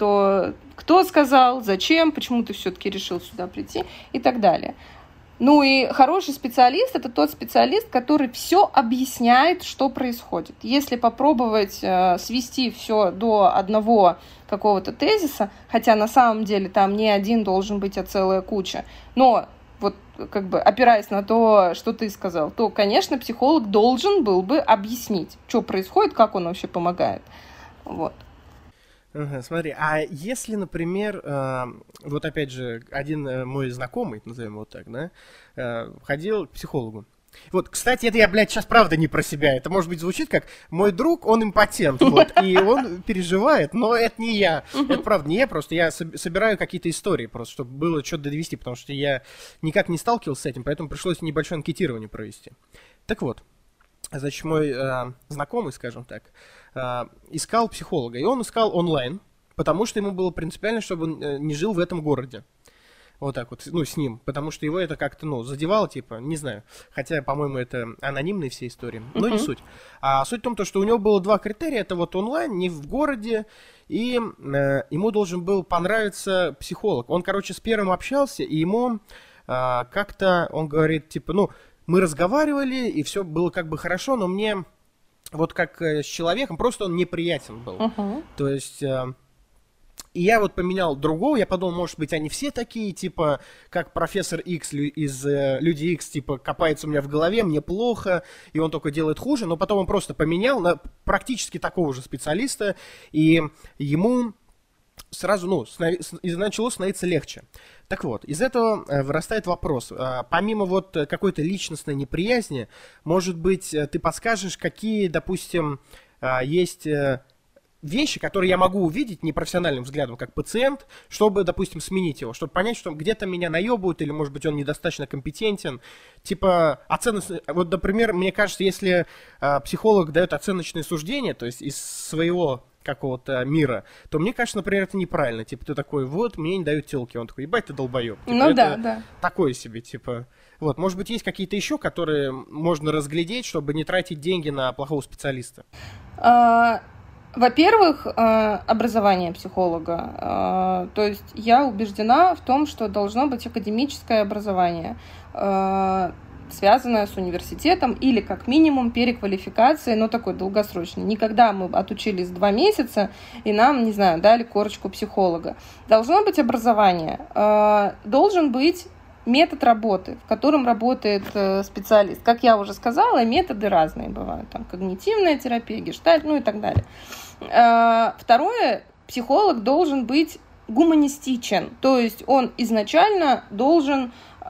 то кто сказал, зачем, почему ты все-таки решил сюда прийти и так далее. Ну и хороший специалист – это тот специалист, который все объясняет, что происходит. Если попробовать э, свести все до одного какого-то тезиса, хотя на самом деле там не один должен быть, а целая куча, но вот как бы опираясь на то, что ты сказал, то, конечно, психолог должен был бы объяснить, что происходит, как он вообще помогает. Вот. Ага, смотри, а если, например, э, вот опять же, один э, мой знакомый, назовем его так, да, э, ходил к психологу. Вот, кстати, это я, блядь, сейчас правда не про себя. Это, может быть, звучит как мой друг, он импотент, вот, и он переживает, но это не я. Это правда не я, просто я собираю какие-то истории, просто, чтобы было что-то довести, потому что я никак не сталкивался с этим, поэтому пришлось небольшое анкетирование провести. Так вот, значит, мой э, знакомый, скажем так, э, искал психолога, и он искал онлайн, потому что ему было принципиально, чтобы он э, не жил в этом городе. Вот так вот, ну, с ним, потому что его это как-то, ну, задевало, типа, не знаю, хотя, по-моему, это анонимные все истории, но uh-huh. не суть. А суть в том, что у него было два критерия, это вот онлайн, не в городе, и э, ему должен был понравиться психолог. Он, короче, с первым общался, и ему э, как-то, он говорит, типа, ну, мы разговаривали, и все было как бы хорошо, но мне вот как э, с человеком, просто он неприятен был. Uh-huh. То есть... Э, И я вот поменял другого, я подумал, может быть, они все такие, типа, как профессор Икс из э, Люди Икс, типа, копается у меня в голове, мне плохо, и он только делает хуже, но потом он просто поменял на практически такого же специалиста, и ему сразу, ну, начало становиться легче. Так вот, из этого э, вырастает вопрос. Э, помимо вот какой-то личностной неприязни, может быть, ты подскажешь, какие, допустим, э, есть... Э, вещи, которые я могу увидеть непрофессиональным взглядом, как пациент, чтобы, допустим, сменить его, чтобы понять, что где-то меня наебывают, или, может быть, он недостаточно компетентен. Типа, оценочные... Вот, например, мне кажется, если э, психолог дает оценочные суждения, то есть из своего какого-то мира, то мне кажется, например, это неправильно. Типа, ты такой, вот, мне не дают телки. Он такой, ебать, ты долбоеб. Типа, ну да, да. Такое себе, типа... Вот, может быть, есть какие-то еще, которые можно разглядеть, чтобы не тратить деньги на плохого специалиста? А... Во-первых, образование психолога. То есть я убеждена в том, что должно быть академическое образование, связанное с университетом или как минимум переквалификацией, но такой долгосрочной. Никогда мы отучились два месяца и нам, не знаю, дали корочку психолога. Должно быть образование. Должен быть метод работы, в котором работает специалист. Как я уже сказала, методы разные бывают. Там когнитивная терапия, гештальт, ну и так далее. Второе, психолог должен быть гуманистичен. То есть он изначально должен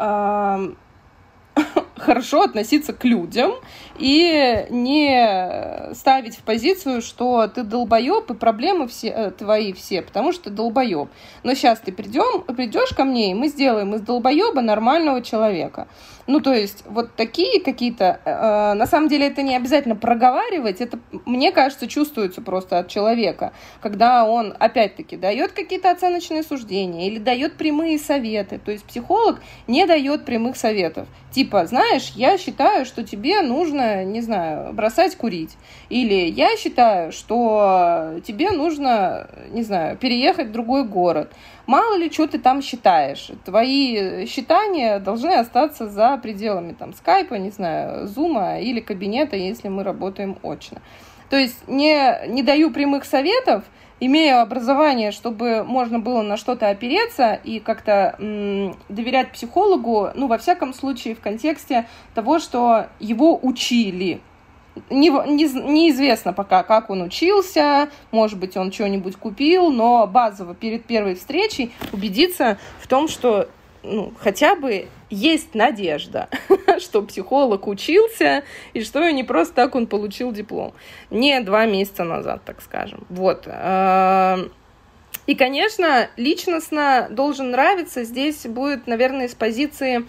хорошо относиться к людям и не ставить в позицию, что ты долбоеб, и проблемы все, твои все, потому что ты долбоеб. Но сейчас ты придем, придешь ко мне, и мы сделаем из долбоеба нормального человека. Ну, то есть, вот такие какие-то... Э, на самом деле, это не обязательно проговаривать, это, мне кажется, чувствуется просто от человека, когда он, опять-таки, дает какие-то оценочные суждения или дает прямые советы. То есть, психолог не дает прямых советов. Типа, знаешь, я считаю, что тебе нужно, не знаю, бросать курить. Или я считаю, что тебе нужно, не знаю, переехать в другой город. Мало ли, что ты там считаешь. Твои считания должны остаться за пределами там скайпа, не знаю, зума или кабинета, если мы работаем очно. То есть не, не даю прямых советов, имею образование, чтобы можно было на что-то опереться и как-то м, доверять психологу, ну, во всяком случае, в контексте того, что его учили. Не, не, неизвестно пока, как он учился, может быть, он что-нибудь купил, но базово перед первой встречей убедиться в том, что ну, хотя бы есть надежда, что психолог учился, и что не просто так он получил диплом. Не два месяца назад, так скажем. Вот. И, конечно, личностно должен нравиться. Здесь будет, наверное, из позиции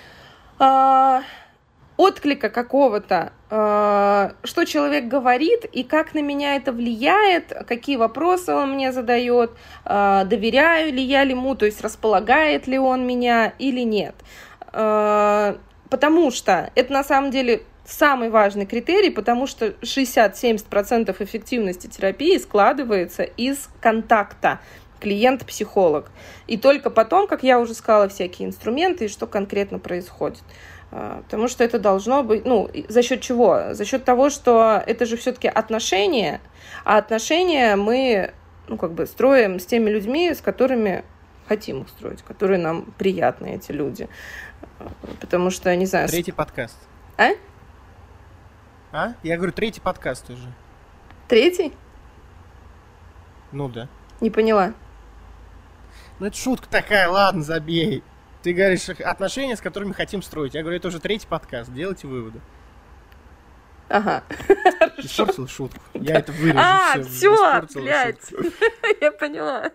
отклика какого-то, что человек говорит и как на меня это влияет, какие вопросы он мне задает, доверяю ли я ему, то есть располагает ли он меня или нет. Потому что это на самом деле самый важный критерий, потому что шестьдесят-семьдесят процентов эффективности терапии складывается из контакта клиент-психолог. И только потом, как я уже сказала, всякие инструменты и что конкретно происходит. Потому что это должно быть, ну, за счет чего? За счет того, что это же все-таки отношения, а отношения мы, ну, как бы строим с теми людьми, с которыми хотим их строить, которые нам приятны, эти люди. Потому что, не знаю... Третий подкаст. А? А? Я говорю, третий подкаст уже. Третий? Ну да. Не поняла. Ну это шутка такая, ладно, забей. Ты говоришь, отношения, с которыми хотим строить. Я говорю, это уже третий подкаст, делайте выводы. Ага. Испортил шутку. Я это вырежу. А, все, блядь. Я поняла.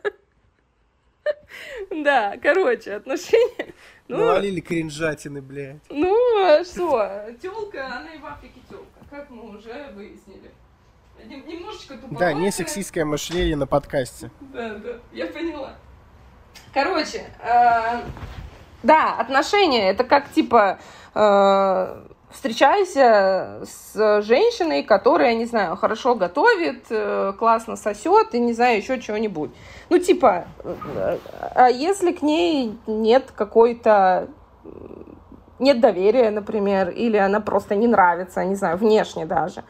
Да, короче, отношения... Навалили кринжатины, блядь. Ну, а что? Тёлка, она и в Африке тёлка. Как мы уже выяснили. Немножечко туповатая. Да, не сексистское мышление на подкасте. Да, да, я поняла. Короче, э, да, отношения, это как, типа, э, встречайся с женщиной, которая, не знаю, хорошо готовит, э, классно сосет и, не знаю, еще чего-нибудь. Ну, типа, э, а если к ней нет какой-то нет доверия, например, или она просто не нравится, не знаю, внешне даже.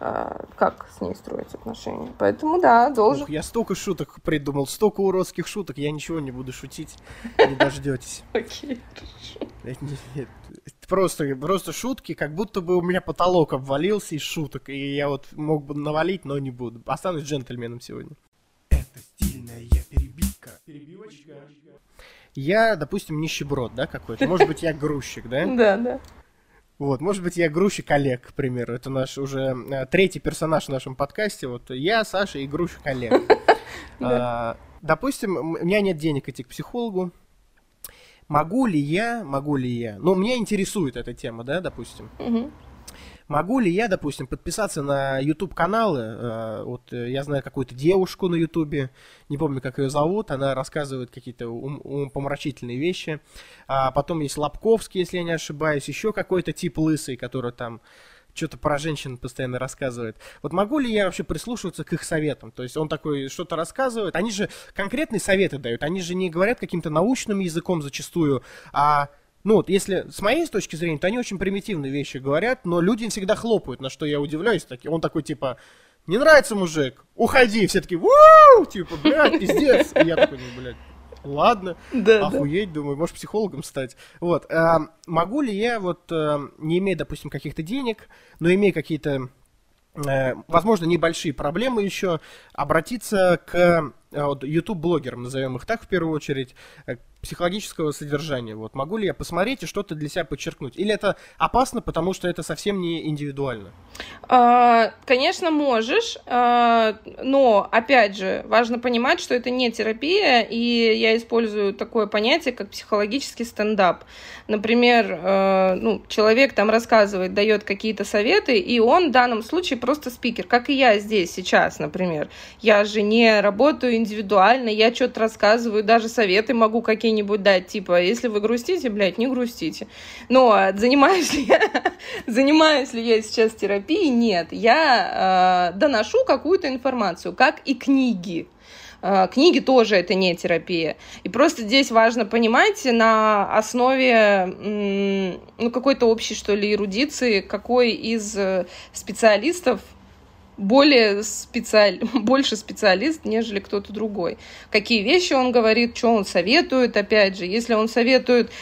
Как с ней строить отношения. Поэтому, да, должен... Ух, я столько шуток придумал, столько уродских шуток, я ничего не буду шутить, не дождетесь. Окей, хорошо. Просто, просто шутки, как будто бы у меня потолок обвалился из шуток, и я вот мог бы навалить, но не буду. Останусь джентльменом сегодня. Это стильная перебивка. Перебивочка. Я, допустим, нищеброд, да, какой-то. Может быть, я грузчик, да? Да, да. Вот, может быть, я грузчик Олег, к примеру. Это наш уже э, третий персонаж в нашем подкасте. Вот я, Саша и грузчик Олег. А, допустим, у меня нет денег идти к психологу. Могу ли я, могу ли я... Ну, меня интересует эта тема, да, допустим. Могу ли я, допустим, подписаться на YouTube-каналы? Э, вот э, я знаю какую-то девушку на YouTube, не помню, как ее зовут, она рассказывает какие-то ум- умопомрачительные вещи. А потом есть Лобковский, если я не ошибаюсь, еще какой-то тип лысый, который там что-то про женщин постоянно рассказывает. Вот могу ли я вообще прислушиваться к их советам? То есть он такой что-то рассказывает, они же конкретные советы дают, они же не говорят каким-то научным языком зачастую, а... Ну вот, если с моей точки зрения, то они очень примитивные вещи говорят, но люди всегда хлопают, на что я удивляюсь. Таки. Он такой, типа, не нравится мужик, уходи. Все такие, вау, типа, блядь, пиздец. И я такой, ну, блядь, ладно, да, охуеть, да. Думаю, может, психологом стать. Вот, а, могу ли я, вот, а, не имея, допустим, каких-то денег, но имея какие-то, а, возможно, небольшие проблемы еще, обратиться к вот, YouTube-блогерам, назовем их так в первую очередь, психологического содержания. Вот. Могу ли я посмотреть и что-то для себя подчеркнуть? Или это опасно, потому что это совсем не индивидуально? А, конечно, можешь, а, но, опять же, важно понимать, что это не терапия, и я использую такое понятие, как психологический стендап. Например, а, ну, человек там рассказывает, дает какие-то советы, и он в данном случае просто спикер, как и я здесь сейчас, например. Я же не работаю индивидуально, я что-то рассказываю, даже советы могу какие-нибудь дать, типа, если вы грустите, блядь, не грустите. Но занимаюсь ли я, занимаюсь ли я сейчас терапией? Нет. Я э, доношу какую-то информацию, как и книги. Э, книги тоже это не терапия. И просто здесь важно понимать на основе м, ну, какой-то общей, что ли, эрудиции, какой из специалистов более специаль... больше специалист, нежели кто-то другой. Какие вещи он говорит, что он советует, опять же. Если он советует,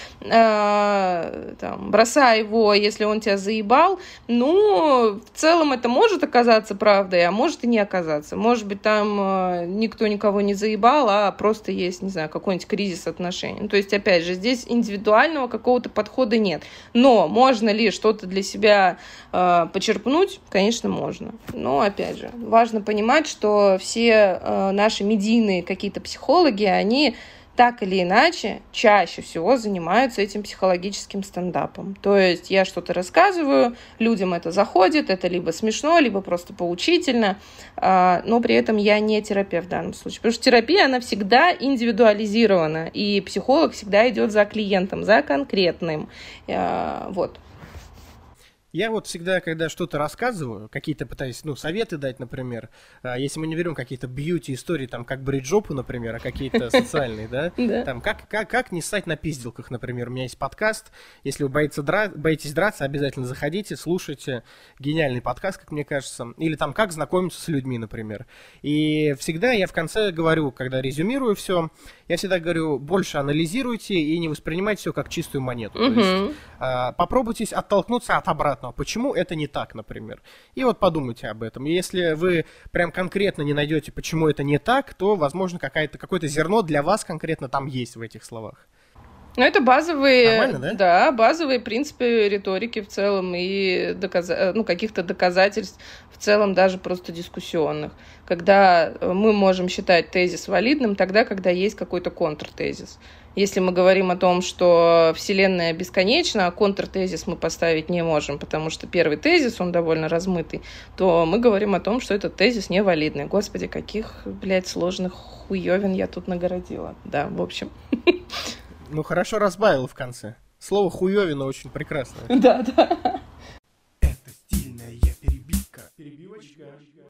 э, там, бросай его, если он тебя заебал, ну, в целом это может оказаться правдой, а может и не оказаться. Может быть, там э, никто никого не заебал, а просто есть, не знаю, какой-нибудь кризис отношений. Ну, то есть, опять же, здесь индивидуального какого-то подхода нет. Но можно ли что-то для себя э, почерпнуть? Конечно, можно. Но опять же, важно понимать, что все э, наши медийные какие-то психологи, они так или иначе чаще всего занимаются этим психологическим стендапом. То есть я что-то рассказываю, людям это заходит, это либо смешно, либо просто поучительно, э, но при этом я не терапевт в данном случае. Потому что терапия, она всегда индивидуализирована, и психолог всегда идет за клиентом, за конкретным. Э, вот. Я вот всегда, когда что-то рассказываю, какие-то пытаюсь, ну, советы дать, например, если мы не берем какие-то бьюти-истории, там, как брить жопу, например, а какие-то социальные, да, там, как, как, как не ссать на пизделках, например, у меня есть подкаст, если вы боитесь, дра... боитесь драться, обязательно заходите, слушайте, гениальный подкаст, как мне кажется, или там, как знакомиться с людьми, например, и всегда я в конце говорю, когда резюмирую все, я всегда говорю, больше анализируйте и не воспринимайте все как чистую монету, то есть попробуйте оттолкнуться от обратного. Почему это не так, например? И вот подумайте об этом. И если вы прям конкретно не найдете, почему это не так, то, возможно, какая-то, какое-то зерно для вас конкретно там есть в этих словах. Ну, это базовые, да? Да, базовые принципы риторики в целом и доказа... ну, каких-то доказательств в целом даже просто дискуссионных. Когда мы можем считать тезис валидным тогда, когда есть какой-то контртезис. Если мы говорим о том, что Вселенная бесконечна, а контртезис мы поставить не можем, потому что первый тезис, он довольно размытый, то мы говорим о том, что этот тезис невалидный. Господи, каких, блядь, сложных хуёвин я тут нагородила. Да, в общем... Ну, хорошо разбавил в конце. Слово хуёвина очень прекрасное. Да, да. Это стильная перебивка. Перебивочка.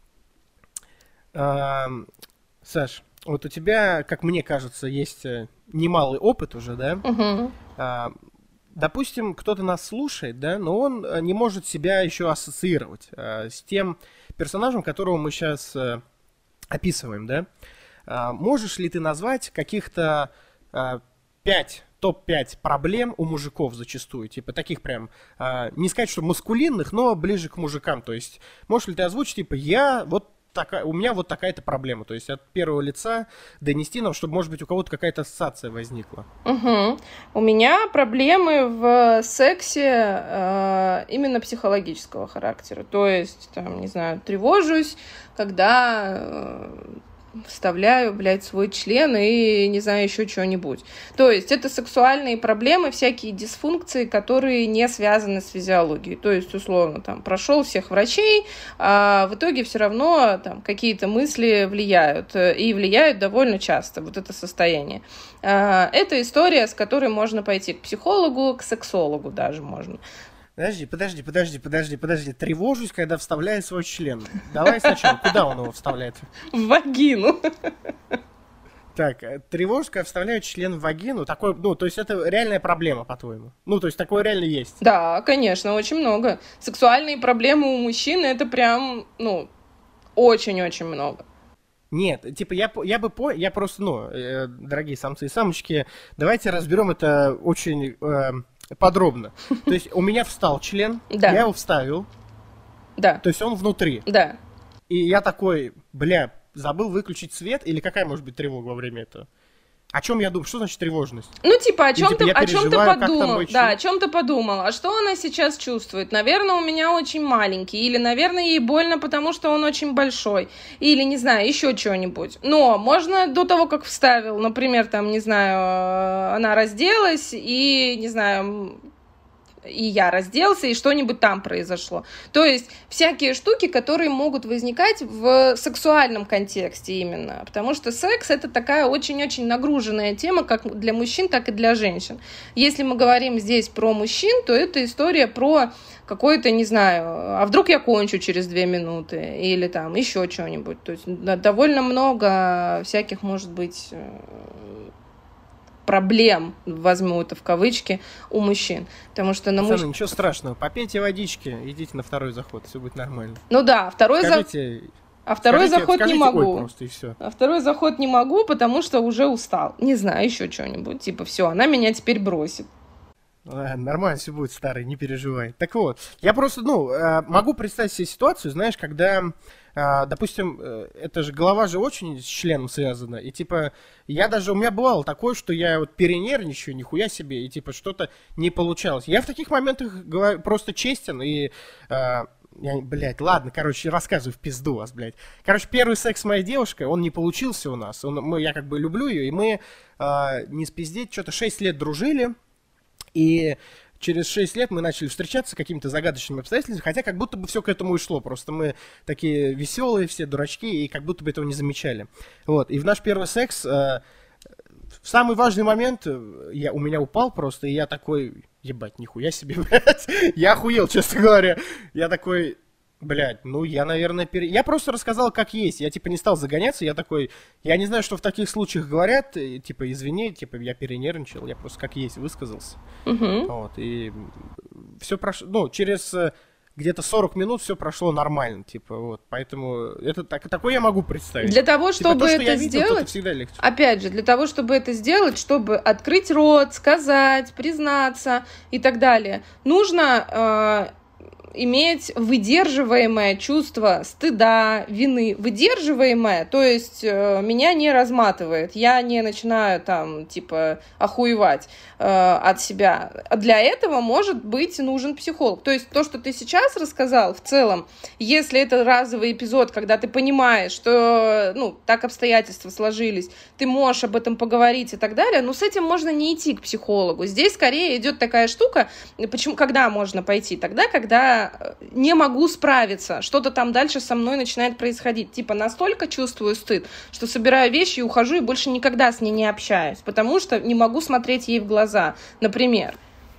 А, Саш, вот у тебя, как мне кажется, есть немалый опыт уже, да? Угу. А, допустим, кто-то нас слушает, да, но он не может себя еще ассоциировать э, с тем персонажем, которого мы сейчас э, описываем, да. Э, можешь ли ты назвать каких-то э, пять, топ пять проблем у мужиков зачастую, типа таких прям, э, не сказать, что маскулинных, но ближе к мужикам, то есть можешь ли ты озвучить, типа, я вот такая, у меня вот такая-то проблема, то есть от первого лица донести нам, чтобы, может быть, у кого-то какая-то ассоциация возникла. Угу. У меня проблемы в сексе э, именно психологического характера, то есть, там, не знаю, тревожусь, когда э, вставляю, блядь, свой член и, не знаю, еще что-нибудь. То есть это сексуальные проблемы, всякие дисфункции, которые не связаны с физиологией. То есть, условно, там, прошел всех врачей, а в итоге все равно там какие-то мысли влияют, и влияют довольно часто, вот это состояние. Это история, с которой можно пойти к психологу, к сексологу даже можно. Подожди, подожди, подожди, подожди, подожди. Тревожусь, когда вставляет свой член. Давай сначала. Куда он его вставляет? В вагину. Так, тревожусь, когда вставляют член в вагину. Такой, ну, то есть это реальная проблема, по-твоему? Ну, то есть такое реально есть? Да, конечно, очень много. Сексуальные проблемы у мужчин это прям, ну, очень-очень много. Нет, типа, я, я бы по... Я просто, ну, э, дорогие самцы и самочки, давайте разберем это очень... Э, подробно. То есть у меня встал член, да. Я его вставил. Да. То есть он внутри. Да. И я такой, бля, забыл выключить свет, или какая может быть тревога во время этого? О чем я думаю? Что значит тревожность? Ну, типа, о чем, типа, ты, о чем ты подумал? Да, член... о чем ты подумал? А что она сейчас чувствует? Наверное, у меня очень маленький. Или, наверное, ей больно, потому что он очень большой. Или, не знаю, еще что-нибудь. Но можно до того, как вставил, например, там, не знаю, она разделась и, не знаю... и я разделся, и что-нибудь там произошло. То есть всякие штуки, которые могут возникать в сексуальном контексте именно, потому что секс — это такая очень-очень нагруженная тема как для мужчин, так и для женщин. Если мы говорим здесь про мужчин, то это история про какой-то, не знаю, а вдруг я кончу через две минуты, или там еще что-нибудь. То есть довольно много всяких, может быть, проблем, возьму это в кавычки, у мужчин. Потому что на Пацаны, муж... ничего страшного, попейте водички, идите на второй заход, все будет нормально. Ну да, второй заход... А второй скажите, заход скажите, не могу. Ой, просто, и все. А второй заход не могу, потому что уже устал. Не знаю, еще что-нибудь. Типа, все, она меня теперь бросит. Нормально все будет, старый, не переживай. Так вот, я просто, ну, могу представить себе ситуацию, знаешь, когда, допустим, это же голова же очень с членом связана, и типа, я даже, у меня бывало такое, что я вот перенервничаю, нихуя себе, и типа что-то не получалось. Я в таких моментах просто честен, и, я, блядь, ладно, короче, рассказываю в пизду вас, блядь. Короче, первый секс с моей девушкой, он не получился у нас, он, мы, я как бы люблю ее, и мы, не спиздеть, что-то шесть лет дружили. И через шесть лет мы начали встречаться какими-то загадочными обстоятельствами, хотя как будто бы все к этому и шло. Просто мы такие веселые, все дурачки, и как будто бы этого не замечали. Вот. И в наш первый секс э, в самый важный момент я, у меня упал просто, и я такой, ебать, нихуя себе, блядь. Я охуел, честно говоря. Я такой... Блядь, ну я, наверное, пере... Я просто рассказал, как есть. Я, типа, не стал загоняться. Я такой... Я не знаю, что в таких случаях говорят. И, типа, извини, типа, я перенервничал. Я просто как есть высказался. Uh-huh. Вот, и все прошло... Ну, через где-то сорок минут все прошло нормально, типа, вот. Поэтому это так, такое я могу представить. Для того, чтобы типа, то, это что видел, сделать... всегда легче. Опять же, для того, чтобы это сделать, чтобы открыть рот, сказать, признаться и так далее, нужно... Э- иметь выдерживаемое чувство стыда, вины, выдерживаемое, то есть э, меня не разматывает, я не начинаю там типа охуевать э, от себя. Для этого может быть нужен психолог. То есть то, что ты сейчас рассказал, в целом, если это разовый эпизод, когда ты понимаешь, что ну так обстоятельства сложились, ты можешь об этом поговорить и так далее, но с этим можно не идти к психологу. Здесь скорее идет такая штука, почему, когда можно пойти? Тогда, когда не могу справиться, что-то там дальше со мной начинает происходить. Типа настолько чувствую стыд, что собираю вещи и ухожу, и больше никогда с ней не общаюсь, потому что не могу смотреть ей в глаза, например.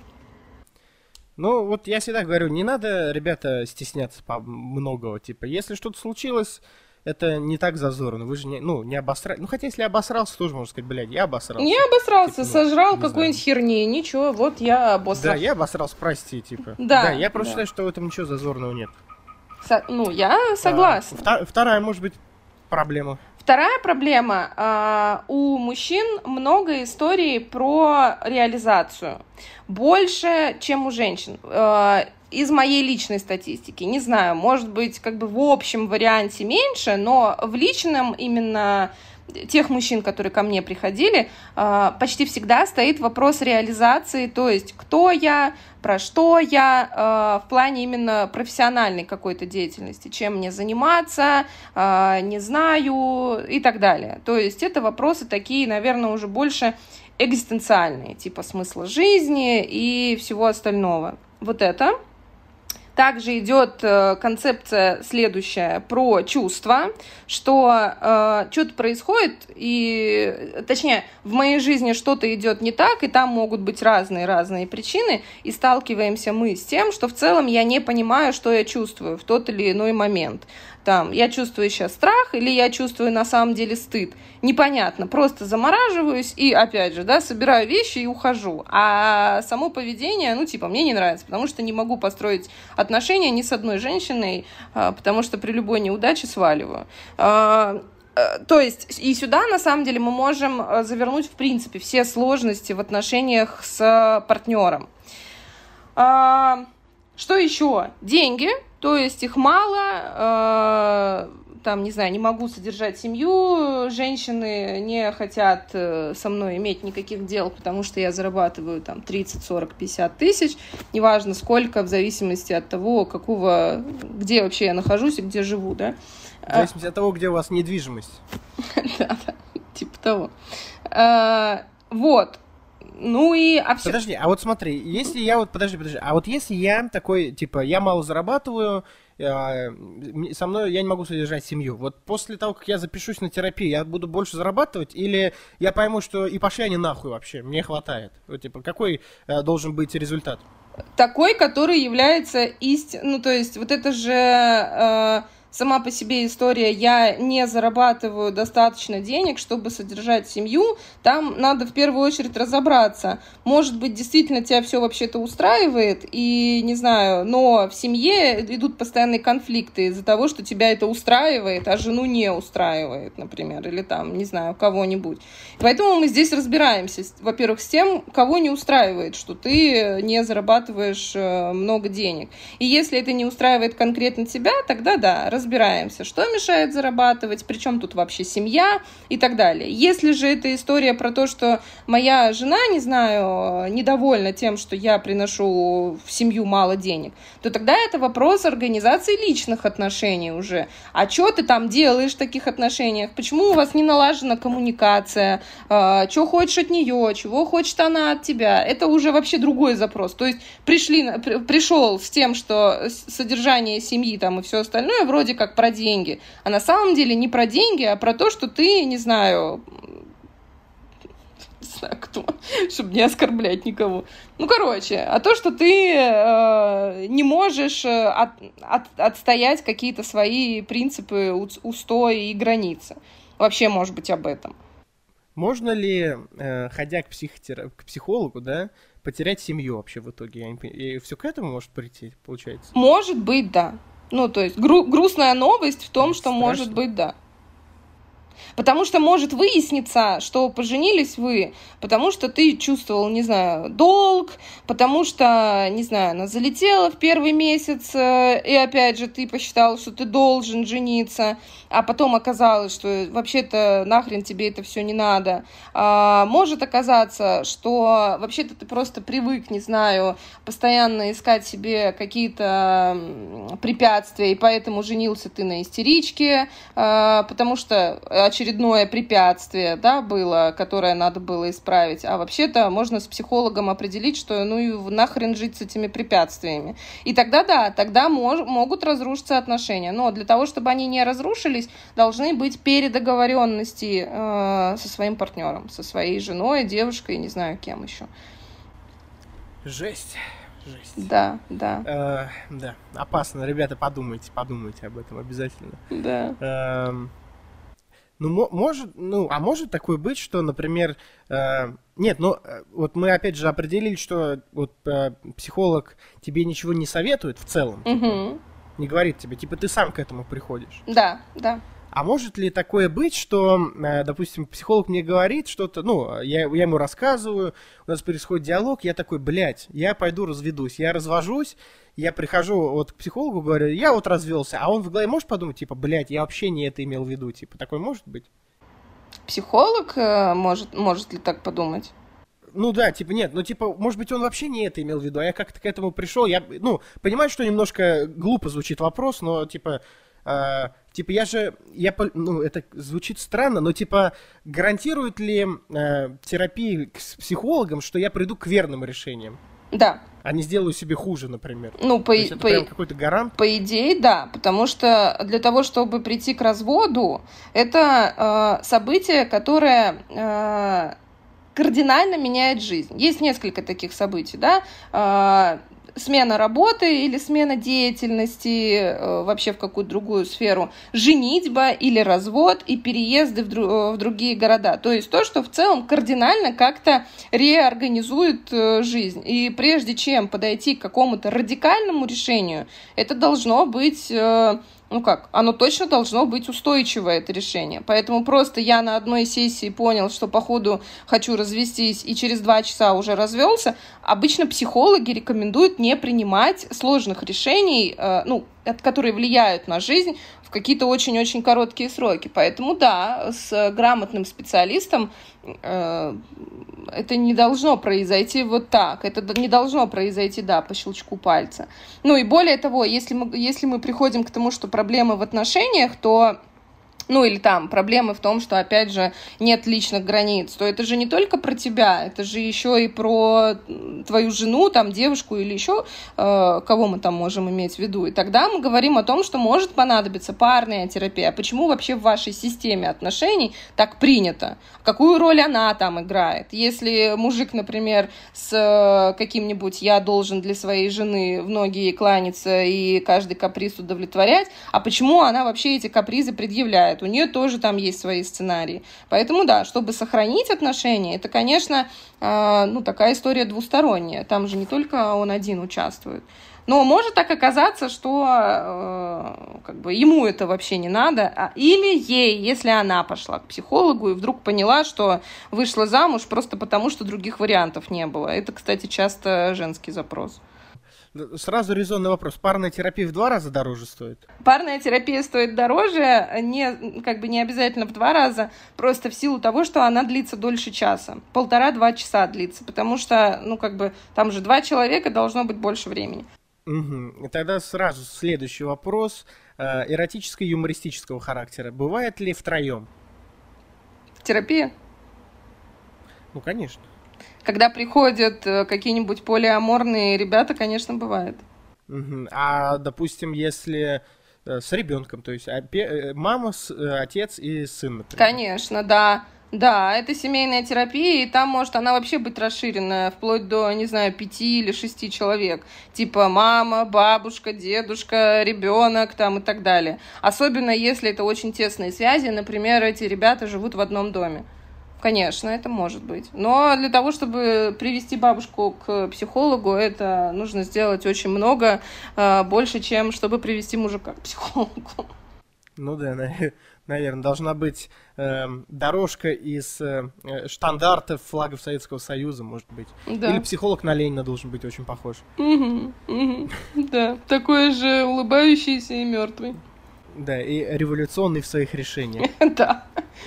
Ну, вот я всегда говорю, не надо, ребята, стесняться по многого. Типа, если что-то случилось, это не так зазорно. Вы же не, ну, не обосрали. Ну, хотя, если обосрался, тоже можно сказать, блядь, я обосрался. Не обосрался, типа, ну, сожрал какой-нибудь херни, ничего, вот я обосрался. Да, я обосрался, прости, типа. Да, да я просто да. считаю, что в этом ничего зазорного нет. Со- ну, я согласна. А, вторая, может быть, проблема. Вторая проблема. А, у мужчин много историй про реализацию. Больше, чем у женщин. А, из моей личной статистики. Не знаю, может быть, как бы в общем варианте меньше, но в личном именно тех мужчин, которые ко мне приходили, почти всегда стоит вопрос реализации, то есть кто я, про что я, в плане именно профессиональной какой-то деятельности, чем мне заниматься, не знаю и так далее. То есть это вопросы такие, наверное, уже больше экзистенциальные, типа смысла жизни и всего остального. Вот это. Также идет э, концепция следующая про чувства, что э, что-то происходит, и, точнее, в моей жизни что-то идет не так, и там могут быть разные-разные причины, и сталкиваемся мы с тем, что в целом я не понимаю, что я чувствую в тот или иной момент. Там, я чувствую сейчас страх или я чувствую на самом деле стыд. Непонятно, просто замораживаюсь и, опять же, да, собираю вещи и ухожу. А само поведение, ну, типа, мне не нравится, потому что не могу построить отношения ни с одной женщиной, потому что при любой неудаче сваливаю. То есть и сюда, на самом деле, мы можем завернуть, в принципе, все сложности в отношениях с партнером. Что еще? Деньги. То есть их мало, э, там, не знаю, не могу содержать семью, женщины не хотят со мной иметь никаких дел, потому что я зарабатываю там тридцать, сорок, пятьдесят тысяч, неважно сколько, в зависимости от того, какого, где вообще я нахожусь и где живу, да. В зависимости от того, где у вас недвижимость. Да, типа того. Вот. Ну и... А все... Подожди, а вот смотри, если я вот... Подожди, подожди. А вот если я такой, типа, я мало зарабатываю, э, со мной я не могу содержать семью. Вот после того, как я запишусь на терапию, я буду больше зарабатывать? Или я пойму, что и пошли они нахуй вообще, мне хватает? Вот, типа, какой э, должен быть результат? Такой, который является истинным... Ну, то есть, вот это же... Э... Сама по себе история, я не зарабатываю достаточно денег, чтобы содержать семью, там надо в первую очередь разобраться. Может быть, действительно тебя все вообще-то устраивает, и, не знаю, но в семье идут постоянные конфликты из-за того, что тебя это устраивает, а жену не устраивает, например, или там, не знаю, кого-нибудь. Поэтому мы здесь разбираемся, во-первых, с тем, кого не устраивает, что ты не зарабатываешь много денег. И если это не устраивает конкретно тебя, тогда да, разбираемся, что мешает зарабатывать, причем тут вообще семья и так далее. Если же это история про то, что моя жена, не знаю, недовольна тем, что я приношу в семью мало денег, то тогда это вопрос организации личных отношений уже. А что ты там делаешь в таких отношениях? Почему у вас не налажена коммуникация? Что хочешь от нее? Чего хочет она от тебя? Это уже вообще другой запрос. То есть пришли, пришел с тем, что содержание семьи там и все остальное вроде как про деньги, а на самом деле не про деньги, а про то, что ты, не знаю, не знаю кто, чтобы не оскорблять никого. Ну, короче, а то, что ты э, не можешь от, от, отстоять какие-то свои принципы, устои и границы. Вообще, может быть, об этом. Можно ли, э, ходя к, психотера... к психологу, да, потерять семью вообще в итоге? И все к этому может прийти, получается? Может быть, да. Ну, то есть гру- грустная новость в том, это что страшно. Может быть, да. Потому что может выясниться, что поженились вы, потому что ты чувствовал, не знаю, долг, потому что, не знаю, она залетела в первый месяц, и опять же ты посчитал, что ты должен жениться, а потом оказалось, что вообще-то нахрен тебе это все не надо. А, может оказаться, что вообще-то ты просто привык, не знаю, постоянно искать себе какие-то препятствия, и поэтому женился ты на истеричке, а, потому что очередное препятствие, да, было, которое надо было исправить. А вообще-то можно с психологом определить, что ну и нахрен жить с этими препятствиями. И тогда, да, тогда мож- могут разрушиться отношения. Но для того, чтобы они не разрушились, должны быть передоговоренности э, со своим партнером, со своей женой, девушкой, не знаю, кем еще. Жесть. Жесть. Да, да. Э, да, опасно. Ребята, подумайте, подумайте об этом обязательно. Да. Э, ну, может, ну, а может такое быть, что, например, э, нет, ну, вот мы опять же определили, что вот э, психолог тебе ничего не советует в целом, Угу. типа, не говорит тебе, типа, ты сам к этому приходишь. Да, да. А может ли такое быть, что, э, допустим, психолог мне говорит что-то, ну, я, я ему рассказываю, у нас происходит диалог, я такой, блядь, я пойду разведусь, я развожусь, я прихожу вот к психологу, говорю, я вот развелся, а он в голове может подумать, типа, блядь, я вообще не это имел в виду, типа, такое может быть? Психолог э, может, может ли так подумать? Ну да, типа, нет, ну типа, может быть, он вообще не это имел в виду, а я как-то к этому пришел, я, ну, понимаю, что немножко глупо звучит вопрос, но, типа, э, типа, я же, я, ну, это звучит странно, но, типа, гарантирует ли э, терапия с психологом, что я приду к верным решениям? Да. А не сделаю себе хуже, например. Ну, по, То есть это по, прям какой-то гарант? По идее, да, потому что для того, чтобы прийти к разводу, это э, событие, которое э, кардинально меняет жизнь. Есть несколько таких событий, да, э, смена работы или смена деятельности э, вообще в какую-то другую сферу, женитьба или развод и переезды в, дру- в другие города. То есть то, что в целом кардинально как-то реорганизует э, жизнь. И прежде чем подойти к какому-то радикальному решению, это должно быть... Э, Ну как, оно точно должно быть устойчивое, это решение. Поэтому просто я на одной сессии понял, что походу хочу развестись, и через два часа уже развелся. Обычно психологи рекомендуют не принимать сложных решений, э, ну, которые влияют на жизнь в какие-то очень-очень короткие сроки. Поэтому да, с грамотным специалистом э, это не должно произойти вот так. Это не должно произойти, да, по щелчку пальца. Ну и более того, если мы, если мы приходим к тому, что проблемы в отношениях, то... Ну, или там проблемы в том, что, опять же, нет личных границ, то это же не только про тебя, это же еще и про твою жену, там, девушку или еще э, кого мы там можем иметь в виду. И тогда мы говорим о том, что может понадобиться парная терапия. А почему вообще в вашей системе отношений так принято? Какую роль она там играет? Если мужик, например, с каким-нибудь «я должен для своей жены в ноги ей кланяться и каждый каприз удовлетворять», а почему она вообще эти капризы предъявляет? У нее тоже там есть свои сценарии. Поэтому, да, чтобы сохранить отношения, это, конечно, э, ну, такая история двусторонняя. Там же не только он один участвует. Но может так оказаться, что э, как бы ему это вообще не надо. А, или ей, если она пошла к психологу и вдруг поняла, что вышла замуж просто потому, что других вариантов не было. Это, кстати, часто женский запрос. Сразу резонный вопрос. Парная терапия в два раза дороже стоит? Парная терапия стоит дороже, не, как бы не обязательно в два раза, просто в силу того, что она длится дольше часа. Полтора-два часа длится, потому что, ну, как бы, там же два человека, должно быть больше времени. Угу. И тогда сразу следующий вопрос. Эротическо-юмористического характера. Бывает ли втроем? Терапия? Ну, конечно. Когда приходят какие-нибудь полиаморные ребята, конечно, бывает. Угу. А, допустим, если с ребенком, то есть мама, отец и сын, например. Конечно, да. Да, это семейная терапия, и там может она вообще быть расширенная, вплоть до, не знаю, пяти или шести человек. Типа мама, бабушка, дедушка, ребенок там и так далее. Особенно если это очень тесные связи, например, эти ребята живут в одном доме. Конечно, это может быть. Но для того, чтобы привести бабушку к психологу, это нужно сделать очень много, больше, чем чтобы привести мужика к психологу. Ну да, наверное, должна быть э, дорожка из э, штандартов флагов Советского Союза, может быть. Да. Или психолог на Ленина должен быть очень похож. Угу, угу. Да, такой же улыбающийся и мертвый. Да, и революционный в своих решениях. Да.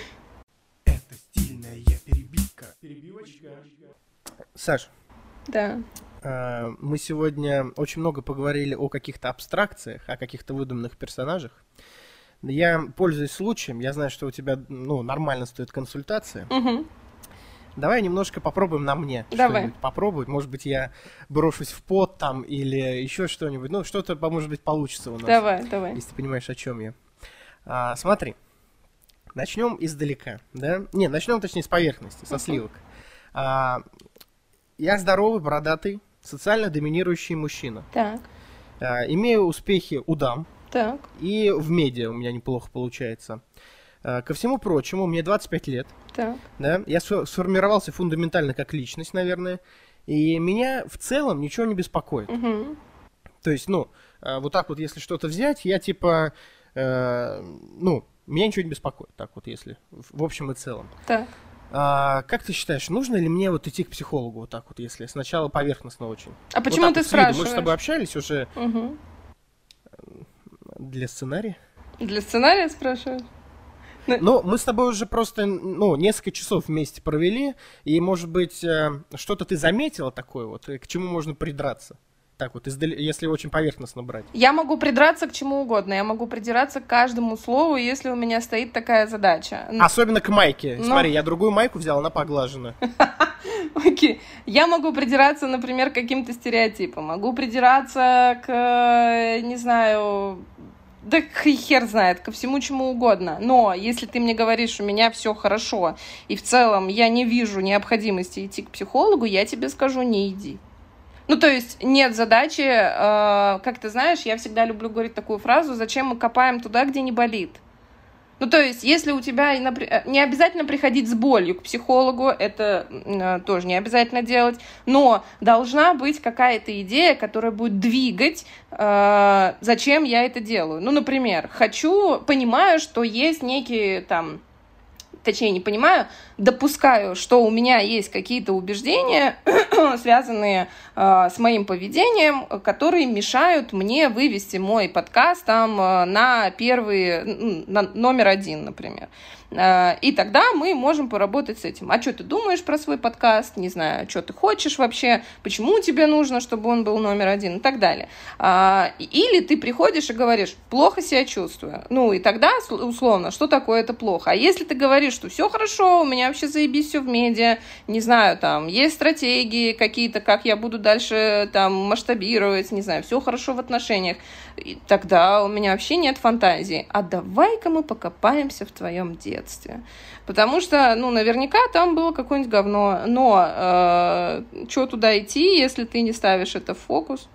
Перебивочка. Саш. Да. Э, мы сегодня очень много поговорили о каких-то абстракциях, о каких-то выдуманных персонажах. Я пользуюсь случаем, я знаю, что у тебя, ну, нормально стоит консультация. Угу. Давай немножко попробуем на мне. Давай. Что-нибудь попробовать. Может быть, я брошусь в пот там или еще что-нибудь. Ну, что-то, может быть, получится у нас. Давай, давай. Если ты понимаешь, о чем я. А, смотри. Начнем издалека, да? Не, начнем, точнее, с поверхности, со сливок. А, я здоровый, бородатый, социально доминирующий мужчина. Так. А, имею успехи у дам. Так. И в медиа у меня неплохо получается. А, ко всему прочему, мне двадцать пять лет. Так. Да? Я сформировался фундаментально как личность, наверное. И меня в целом ничего не беспокоит. Угу. То есть, ну, вот так вот, если что-то взять, я типа, э, ну, меня ничего не беспокоит, так вот, если в общем и целом. Так. А, как ты считаешь, нужно ли мне вот идти к психологу, вот так вот, если сначала поверхностно очень? А почему вот ты вот спрашиваешь? Мы спрашиваешь? с тобой общались уже Угу. для сценария. Для сценария спрашиваешь? Ну, мы с тобой уже просто, ну, несколько часов вместе провели, и, может быть, что-то ты заметила такое вот, к чему можно придраться? Так вот, издали... если очень поверхностно брать. Я могу придраться к чему угодно. Я могу придираться к каждому слову, если у меня стоит такая задача. Особенно к майке. Но... Смотри, я другую майку взял, она поглажена. Окей. Я могу придираться, например, к каким-то стереотипам. Могу придираться к, не знаю... Да хер знает, ко всему чему угодно. Но если ты мне говоришь, у меня все хорошо, и в целом я не вижу необходимости идти к психологу, я тебе скажу, не иди. Ну, то есть нет задачи, э, как ты знаешь, я всегда люблю говорить такую фразу, зачем мы копаем туда, где не болит. Ну, то есть, если у тебя не обязательно приходить с болью к психологу, это э, тоже не обязательно делать, но должна быть какая-то идея, которая будет двигать, э, зачем я это делаю. Ну, например, хочу, понимаю, что есть некие там, точнее, не понимаю, допускаю, что у меня есть какие-то убеждения, связанные э, с моим поведением, которые мешают мне вывести мой подкаст там э, на первый, на номер один, например. Э, и тогда мы можем поработать с этим. А что ты думаешь про свой подкаст? Не знаю, что ты хочешь вообще, почему тебе нужно, чтобы он был номер один и так далее. Э, или ты приходишь и говоришь, плохо себя чувствую. Ну и тогда, условно, что такое это плохо? А если ты говоришь, что все хорошо, у меня вообще заебись все в медиа, не знаю, там, есть стратегии какие-то, как я буду дальше там масштабировать, не знаю, все хорошо в отношениях, и тогда у меня вообще нет фантазии. А давай-ка мы покопаемся в твоем детстве. Потому что, ну, наверняка там было какое-нибудь говно, но э, что туда идти, если ты не ставишь это в фокус?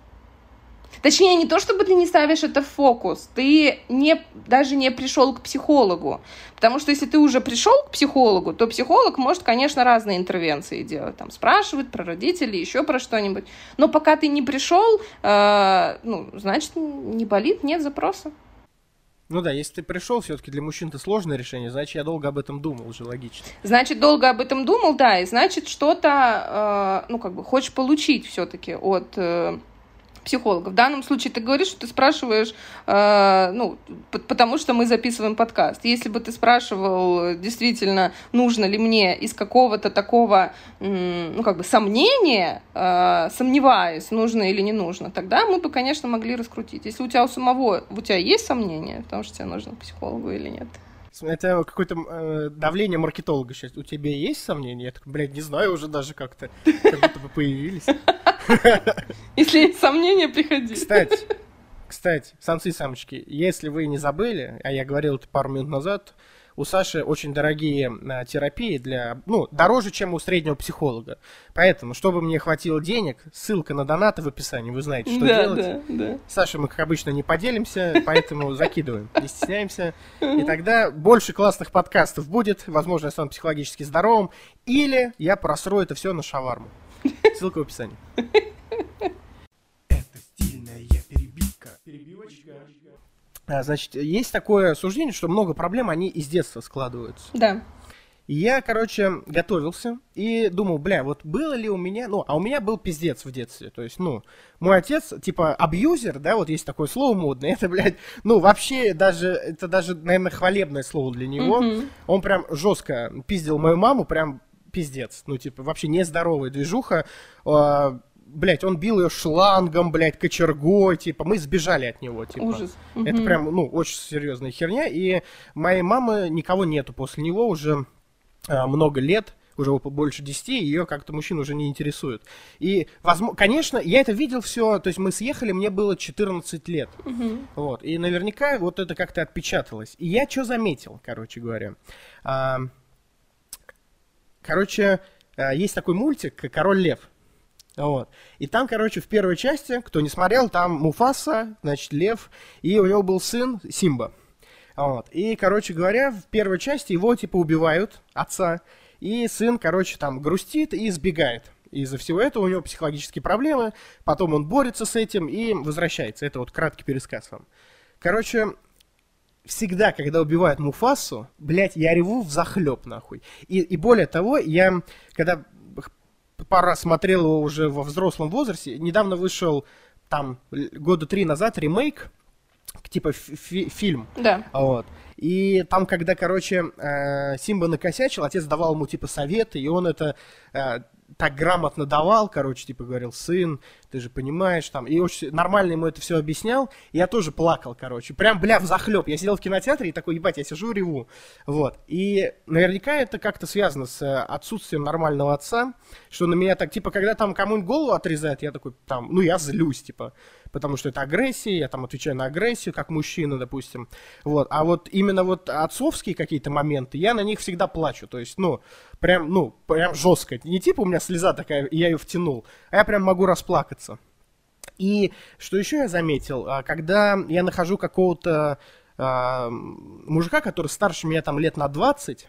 Точнее, не то, чтобы ты не ставишь это в фокус, ты не, даже не пришел к психологу. Потому что если ты уже пришел к психологу, то психолог может, конечно, разные интервенции делать. Там, спрашивать про родителей, еще про что-нибудь. Но пока ты не пришел, э, ну, значит, не болит, нет запроса. Ну да, если ты пришел, все-таки для мужчин это сложное решение, значит, я долго об этом думал, уже логично. Значит, долго об этом думал, да, и значит, что-то, э, ну, как бы, хочешь получить все-таки от... Э, психолога. В данном случае ты говоришь, что ты спрашиваешь, э, ну, потому что мы записываем подкаст. Если бы ты спрашивал, действительно, нужно ли мне из какого-то такого, м, ну, как бы, сомнения, э, сомневаюсь, нужно или не нужно, тогда мы бы, конечно, могли раскрутить. Если у тебя у самого, у тебя есть сомнения, потому что тебе нужно к психологу или нет? Это какое-то э, давление маркетолога сейчас. У тебя есть сомнения? Я такой, блядь, не знаю, уже даже как-то, как будто бы появились. Если есть сомнения, приходи. Кстати, кстати, самцы и самочки, если вы не забыли, а я говорил это пару минут назад, у Саши очень дорогие а, терапии, для, ну, дороже, чем у среднего психолога. Поэтому, чтобы мне хватило денег, ссылка на донаты в описании, вы знаете, что да, делать. Да, да. Саша, мы, как обычно, не поделимся, поэтому закидываем, не стесняемся. И тогда больше классных подкастов будет, возможно, я стану психологически здоровым, или я просру это все на шаварму. Ссылка в описании. Это стильная перебивка. Перебивочка. А, значит, есть такое суждение, что много проблем, они из детства складываются. Да. И я, короче, готовился и думал, бля, вот было ли у меня... Ну, а у меня был пиздец в детстве. То есть, ну, мой отец, типа, абьюзер, да, вот есть такое слово модное. Это, блядь, ну, вообще даже... Это даже, наверное, хвалебное слово для него. Mm-hmm. Он прям жестко пиздил мою маму, прям пиздец. Ну, типа, вообще нездоровая движуха. Блять, он бил ее шлангом, блять, кочергой, типа, мы сбежали от него, типа. Ужас. Это угу. прям, ну, очень серьезная херня, и моей мамы никого нету после него уже а, много лет, уже больше десяти, ее как-то мужчин уже не интересует. И, возможно, конечно, я это видел все, то есть мы съехали, мне было четырнадцать лет, угу. вот, и наверняка вот это как-то отпечаталось. И я что заметил, короче говоря, а, короче, а, есть такой мультик «Король Лев». Вот. И там, короче, в первой части, кто не смотрел, там Муфаса, значит, лев, и у него был сын Симба. Вот. И, короче говоря, в первой части его, типа, убивают, отца, и сын, короче, там грустит и сбегает. Из-за всего этого у него психологические проблемы, потом он борется с этим и возвращается. Это вот краткий пересказ вам. Короче, всегда, когда убивают Муфасу, блядь, я реву взахлеб, нахуй. И, и более того, я, когда пару раз смотрел его уже во взрослом возрасте, недавно вышел, там, года три назад ремейк, типа фи- фильм. Да. Вот. И там, когда, короче, э, Симба накосячил, отец давал ему, типа, советы, и он это э, так грамотно давал, короче, типа, говорил, сын, ты же понимаешь, там, и очень нормально ему это все объяснял, и я тоже плакал, короче, прям, бля, взахлеб. Я сидел в кинотеатре и такой, ебать, я сижу, реву. Вот. И наверняка это как-то связано с отсутствием нормального отца, что на меня так, типа, когда там кому-нибудь голову отрезают, я такой, там, ну, я злюсь, типа, потому что это агрессия, я там отвечаю на агрессию, как мужчина, допустим. Вот. А вот именно вот отцовские какие-то моменты, я на них всегда плачу. То есть, ну, прям, ну, прям жестко. Не типа у меня слеза такая, и я ее втянул, а я прям могу расплакаться. И что еще я заметил, когда я нахожу какого-то а, мужика, который старше меня там лет на двадцать,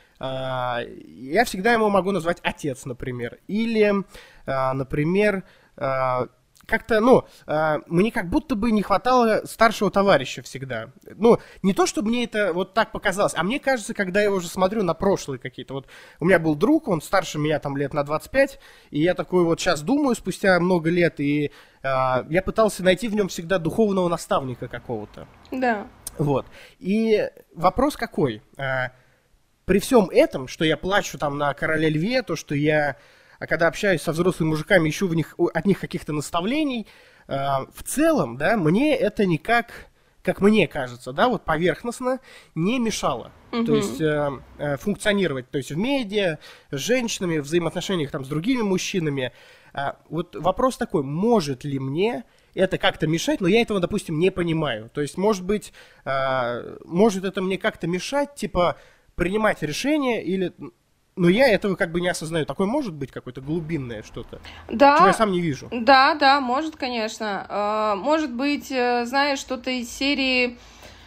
а, я всегда ему могу назвать отец, например. Или, а, например, а, как-то, ну, э, мне как будто бы не хватало старшего товарища всегда. Ну, не то, чтобы мне это вот так показалось, а мне кажется, когда я уже смотрю на прошлые какие-то. Вот у меня был друг, он старше меня там лет на двадцать пять, и я такой вот сейчас думаю, спустя много лет, и э, я пытался найти в нем всегда духовного наставника какого-то. Да. Вот. И вопрос какой? Э, при всем этом, что я плачу там на «Короле Льве», то, что я... А когда общаюсь со взрослыми мужиками, ищу в них, от них каких-то наставлений, э, в целом, да, мне это никак, как мне кажется, да, вот поверхностно не мешало. Mm-hmm. То есть э, э, функционировать, то есть в медиа, с женщинами, в взаимоотношениях там с другими мужчинами. Э, вот вопрос такой, может ли мне это как-то мешать, но я этого, допустим, не понимаю. То есть, может быть, э, может это мне как-то мешать, типа, принимать решения или... Но я этого как бы не осознаю. Такое может быть какое-то глубинное что-то, да, чего я сам не вижу. Да, да, может, конечно. Может быть, знаешь, что-то из серии...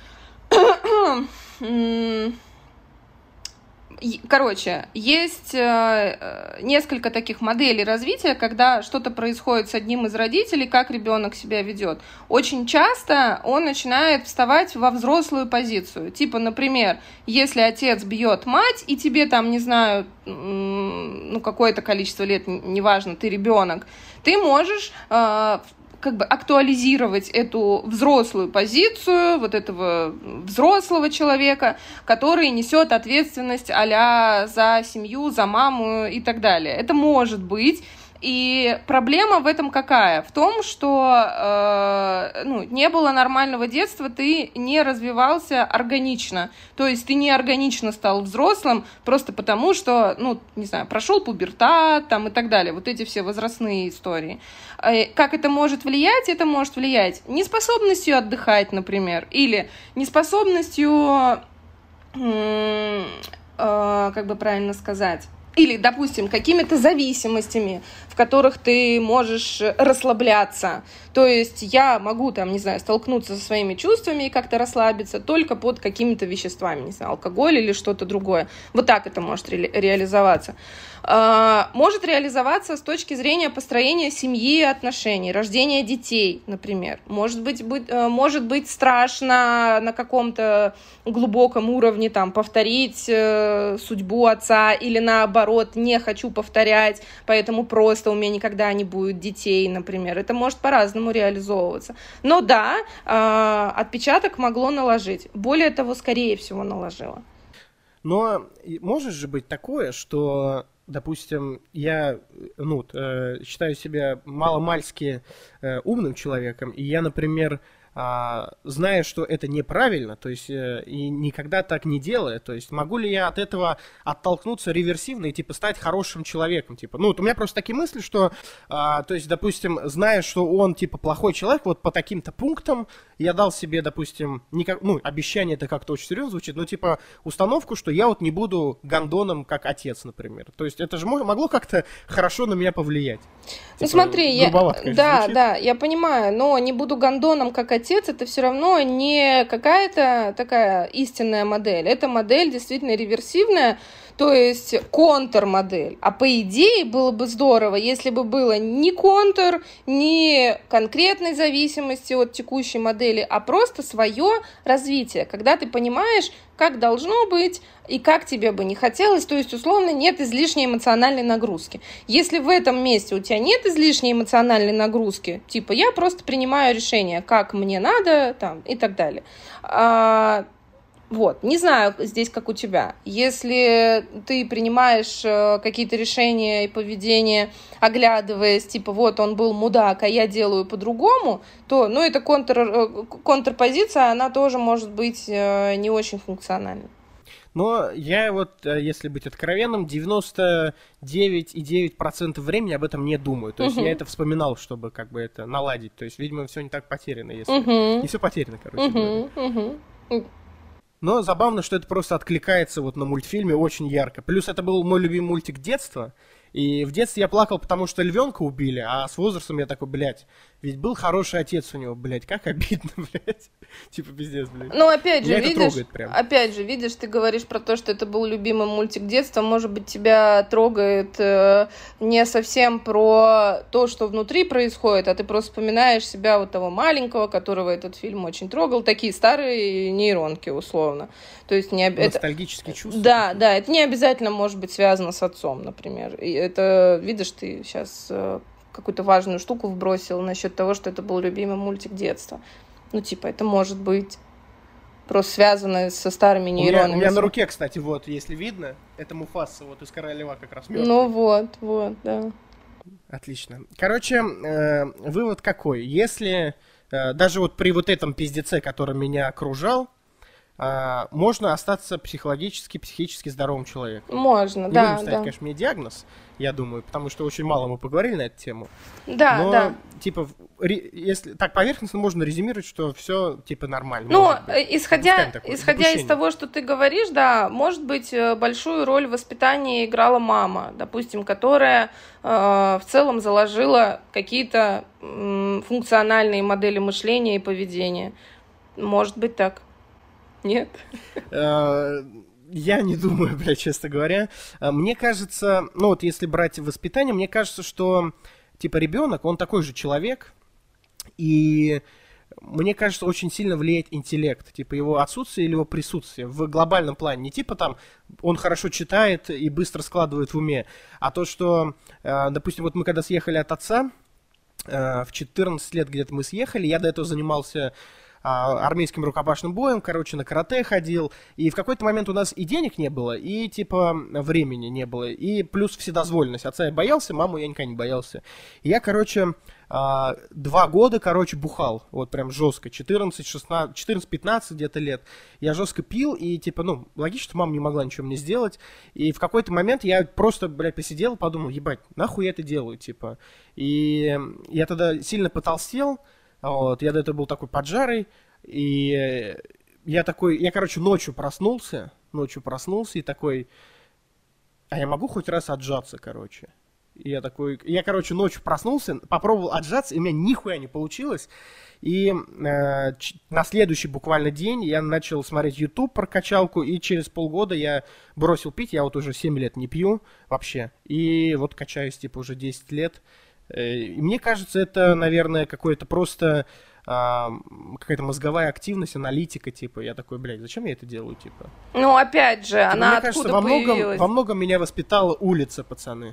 Короче, есть несколько таких моделей развития, когда что-то происходит с одним из родителей, как ребенок себя ведет. Очень часто он начинает вставать во взрослую позицию. Типа, например, если отец бьет мать, и тебе там, не знаю, ну, какое-то количество лет, неважно, ты ребенок, ты можешь... как бы актуализировать эту взрослую позицию вот этого взрослого человека, который несет ответственность а-ля за семью, за маму и так далее. Это может быть. И проблема в этом какая? В том, что э, ну, не было нормального детства, ты не развивался органично. То есть ты не органично стал взрослым просто потому, что, ну, не знаю, прошел пубертат там, и так далее. Вот эти все возрастные истории. Э, как это может влиять? Это может влиять неспособностью отдыхать, например, или неспособностью, э, э, как бы правильно сказать... Или, допустим, какими-то зависимостями, в которых ты можешь расслабляться. То есть я могу, там, не знаю, столкнуться со своими чувствами и как-то расслабиться только под какими-то веществами, не знаю, алкоголь или что-то другое. Вот так это может ре- реализоваться. А, может реализоваться с точки зрения построения семьи и отношений, рождения детей, например. Может быть, быть, может быть страшно на каком-то глубоком уровне там, повторить э, судьбу отца или наоборот, не хочу повторять, поэтому просто у меня никогда не будет детей, например. Это может по-разному реализовываться. Но да, э, отпечаток могло наложить. Более того, скорее всего, наложило. Но может же быть такое, что, допустим, я ну, э, считаю себя маломальски э, умным человеком, и я, например, а, зная, что это неправильно, то есть э, и никогда так не делая, то есть могу ли я от этого оттолкнуться реверсивно и типа стать хорошим человеком, типа, ну вот у меня просто такие мысли, что, а, то есть, допустим, зная, что он типа плохой человек, вот по таким-то пунктам я дал себе, допустим, никак, ну обещание это как-то очень серьезно звучит, но типа установку, что я вот не буду гондоном как отец, например, то есть это же могло как-то хорошо на меня повлиять. Ну Типа, смотри, я, конечно, да, звучит. да, я понимаю, но не буду гондоном как отец, это все равно не какая-то такая истинная модель, это модель действительно реверсивная, то есть контрмодель. А по идее было бы здорово, если бы было ни контур, ни конкретной зависимости от текущей модели, а просто свое развитие, когда ты понимаешь, как должно быть и как тебе бы не хотелось, то есть, условно, нет излишней эмоциональной нагрузки. Если в этом месте у тебя нет излишней эмоциональной нагрузки, типа я просто принимаю решение, как мне надо, там, и так далее. А, вот, не знаю здесь, как у тебя. Если ты принимаешь э, какие-то решения и поведение, оглядываясь, типа, вот он был мудак, а я делаю по-другому, то, ну, эта контр, э, контрпозиция, она тоже может быть э, не очень функциональной. Но я вот, если быть откровенным, девяносто девять и девять десятых процента времени об этом не думаю. То есть uh-huh. я это вспоминал, чтобы как бы это наладить. То есть, видимо, все не так потеряно, если... Uh-huh. Не все потеряно, короче uh-huh. говоря. Uh-huh. Но забавно, что это просто откликается вот на мультфильме очень ярко. Плюс это был мой любимый мультик детства. И в детстве я плакал, потому что львенка убили, а с возрастом я такой, блядь, ведь был хороший отец у него, блядь, как обидно, блядь. Типа пиздец, блядь. Ну, опять же, меня видишь, опять же, видишь, ты говоришь про то, что это был любимый мультик детства, может быть, тебя трогает э, не совсем про то, что внутри происходит, а ты просто вспоминаешь себя вот того маленького, которого этот фильм очень трогал, такие старые нейронки, условно. То есть не об... Ностальгические это... чувства. Да, да, это не обязательно может быть связано с отцом, например. И это, видишь, ты сейчас э, какую-то важную штуку вбросил насчет того, что это был любимый мультик детства. Ну, типа, это может быть просто связано со старыми нейронами. У меня, у меня на руке, кстати, вот, если видно, это Муфаса, вот из «Короля льва» как раз мёртвый. Ну вот, вот, да. Отлично. Короче, э, вывод какой? Если э, даже вот при вот этом пиздеце, который меня окружал, э, можно остаться психологически, психически здоровым человеком. Можно, Не да, будем ставить, да. конечно, мне диагноз, я думаю, потому что очень мало мы поговорили на эту тему. Да, но, да. типа, ре, если так поверхностно можно резюмировать, что все типа нормально. Ну, исходя, такое, исходя из того, что ты говоришь, да, может быть, большую роль в воспитании играла мама, допустим, которая э, в целом заложила какие-то э, функциональные модели мышления и поведения. Может быть так. Нет? Я не думаю, блядь, честно говоря. Мне кажется, ну вот если брать воспитание, мне кажется, что типа ребенок, он такой же человек, и мне кажется, очень сильно влияет интеллект, типа его отсутствие или его присутствие в глобальном плане. Не типа там он хорошо читает и быстро складывает в уме, а то, что, допустим, вот мы когда съехали от отца, в четырнадцать лет где-то мы съехали, я до этого занимался армейским рукопашным боем, короче, на карате ходил, и в какой-то момент у нас и денег не было, и, типа, времени не было, и плюс вседозволенность. Отца я боялся, маму я никогда не боялся. И я, короче, два года, короче, бухал, вот прям жестко, четырнадцать, шестнадцать, четырнадцать пятнадцать где-то лет. Я жестко пил, и, типа, ну, логично, что мама не могла ничего мне сделать, и в какой-то момент я просто, блядь, посидел, подумал, ебать, нахуй я это делаю, типа. И я тогда сильно потолстел. Вот, я до этого был такой поджарый, и я такой, я, короче, ночью проснулся, ночью проснулся и такой, а я могу хоть раз отжаться, короче. И я такой, я, короче, ночью проснулся, попробовал отжаться, и у меня нихуя не получилось. И э, ч- на следующий буквально день я начал смотреть YouTube про качалку, и через полгода я бросил пить, я вот уже семь лет не пью вообще, и вот качаюсь, типа, уже десять лет. И мне кажется, это, наверное, какое-то просто а, какая-то мозговая активность, аналитика, типа. Я такой, блядь, зачем я это делаю, типа? Ну, опять же, типа, она мне откуда кажется, во многом, появилась? во многом меня воспитала улица, пацаны.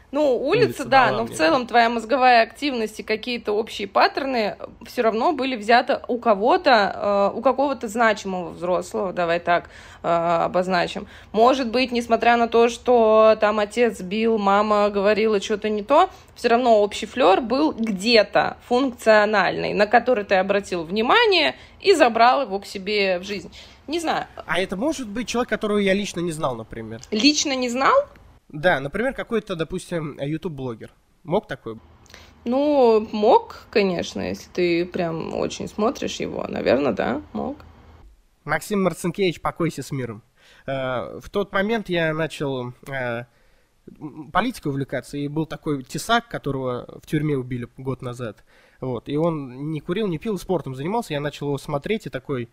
Ну, улица, Улица да, дала но в мне, целом твоя мозговая активность и какие-то общие паттерны все равно были взяты у кого-то, э, у какого-то значимого взрослого, давай так э, обозначим. Может быть, несмотря на то, что там отец бил, мама говорила что-то не то, все равно общий флер был где-то функциональный, на который ты обратил внимание и забрал его к себе в жизнь. Не знаю. А это может быть человек, которого я лично не знал, например? Лично не знал? Да, например, какой-то, допустим, YouTube-блогер. Мог такой? Ну, мог, конечно, если ты прям очень смотришь его. Наверное, да, мог. Максим Марцинкевич, покойся с миром. Э, В тот момент я начал э, м, политикой увлекаться, и был такой тесак, которого в тюрьме убили год назад. Вот. И он не курил, не пил, спортом занимался. Я начал его смотреть и такой...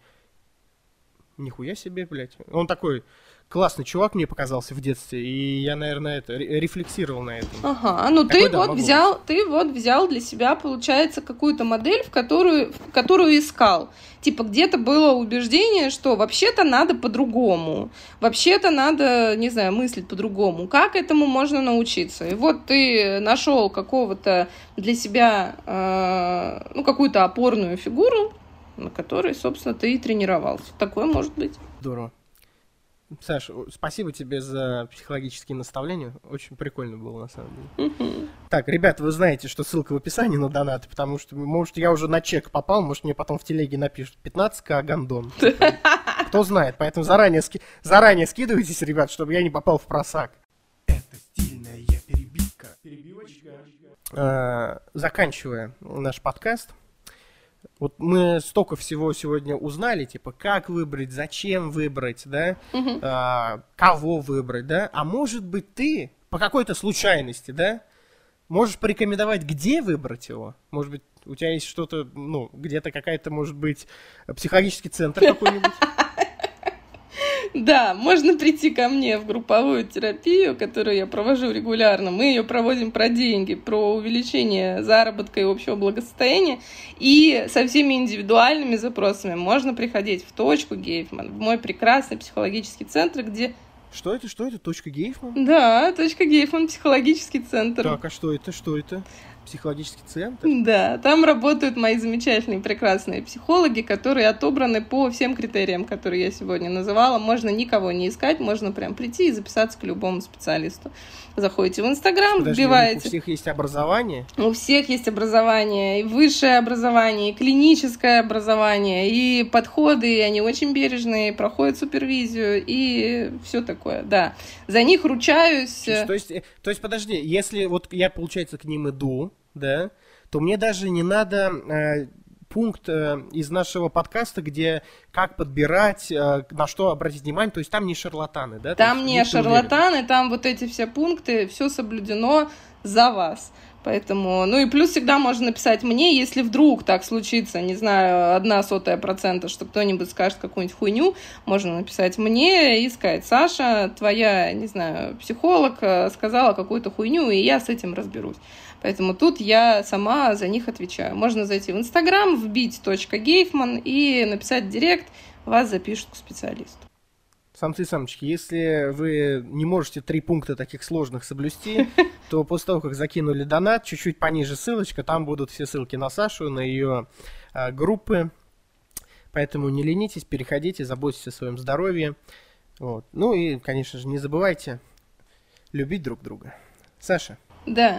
Нихуя себе, блядь. Он такой... Классный чувак мне показался в детстве, и я, наверное, это ре- рефлексировал на этом. Ага, ну Такой, ты да, вот могу взял, ты вот взял для себя, получается, какую-то модель, в которую, в которую искал. Типа где-то было убеждение, что вообще-то надо по-другому, вообще-то надо, не знаю, мыслить по-другому. Как этому можно научиться? И вот ты нашел какого-то для себя, э, ну, какую-то опорную фигуру, на которой, собственно, ты и тренировался. Такое может быть. Здорово. Саш, о, спасибо тебе за психологические наставления. Очень прикольно было, на самом деле. Мгм. Так, ребята, вы знаете, что ссылка в описании на донаты, потому что, может, я уже на чек попал, может, мне потом в телеге напишут пятнадцать тысяч гандон. Типа, кто знает, поэтому заранее, ски... заранее скидывайтесь, ребят, чтобы я не попал в просак. Это стильная перебивка. Перебивочка. Э, Заканчивая наш подкаст, вот мы столько всего сегодня узнали, типа, как выбрать, зачем выбрать, да, Мгм. а, кого выбрать, да, а может быть ты по какой-то случайности, да, можешь порекомендовать, где выбрать его, может быть у тебя есть что-то, ну, где-то какая-то, может быть, психологический центр какой-нибудь. Да, можно прийти ко мне в групповую терапию, которую я провожу регулярно. Мы ее проводим про деньги, про увеличение заработка и общего благосостояния. И со всеми индивидуальными запросами можно приходить в точку Гейфман, в мой прекрасный психологический центр, где... Что это, что это, точка Гейфман? Да, точка Гейфман, психологический центр. Так, а что это, что это? Психологический центр? Да, там работают мои замечательные, прекрасные психологи, которые отобраны по всем критериям, которые я сегодня называла. Можно никого не искать, можно прям прийти и записаться к любому специалисту. Заходите в Инстаграм, Подожди, вбиваете. у всех есть образование? У всех есть образование, и высшее образование, и клиническое образование, и подходы, и они очень бережные, проходят супервизию, и все такое, да. За них ручаюсь. То есть, э, то есть, подожди, если вот я, получается, к ним иду, да, то мне даже не надо э, пункт э, из нашего подкаста, где как подбирать, э, на что обратить внимание, то есть там не шарлатаны, да? То Там есть не будь ты уверен. шарлатаны, там вот эти все пункты, все соблюдено за вас. Поэтому, ну и плюс всегда можно написать мне, если вдруг так случится, не знаю, одна сотая процента, что кто-нибудь скажет какую-нибудь хуйню, можно написать мне и сказать: Саша, твоя, не знаю, психолог э, сказала какую-то хуйню, и я с этим разберусь. Поэтому тут я сама за них отвечаю. Можно зайти в Инстаграм, вбить точка Гейфман и написать в директ, вас запишут к специалисту. Самцы и самочки, если вы не можете три пункта таких сложных соблюсти, то после того, как закинули донат, чуть-чуть пониже ссылочка, там будут все ссылки на Сашу, на ее а, группы. Поэтому не ленитесь, переходите, заботьтесь о своем здоровье. Вот. Ну и, конечно же, не забывайте любить друг друга. Саша, Да.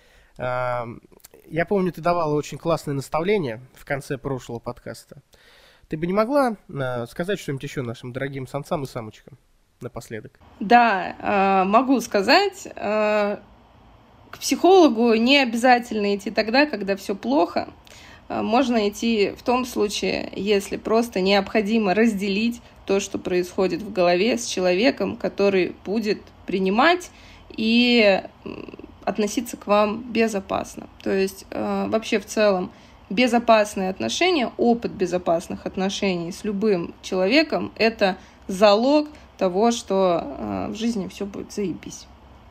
а, я помню, ты давала очень классное наставление в конце прошлого подкаста. Ты бы не могла а, сказать что-нибудь еще нашим дорогим самцам и самочкам напоследок? Да, э, могу сказать, э, к психологу не обязательно идти тогда, когда все плохо. Э, можно идти в том случае, если просто необходимо разделить то, что происходит в голове, с человеком, который будет принимать и относиться к вам безопасно. То есть э, вообще в целом безопасные отношения, опыт безопасных отношений с любым человеком – это залог того, что э, в жизни все будет заебись.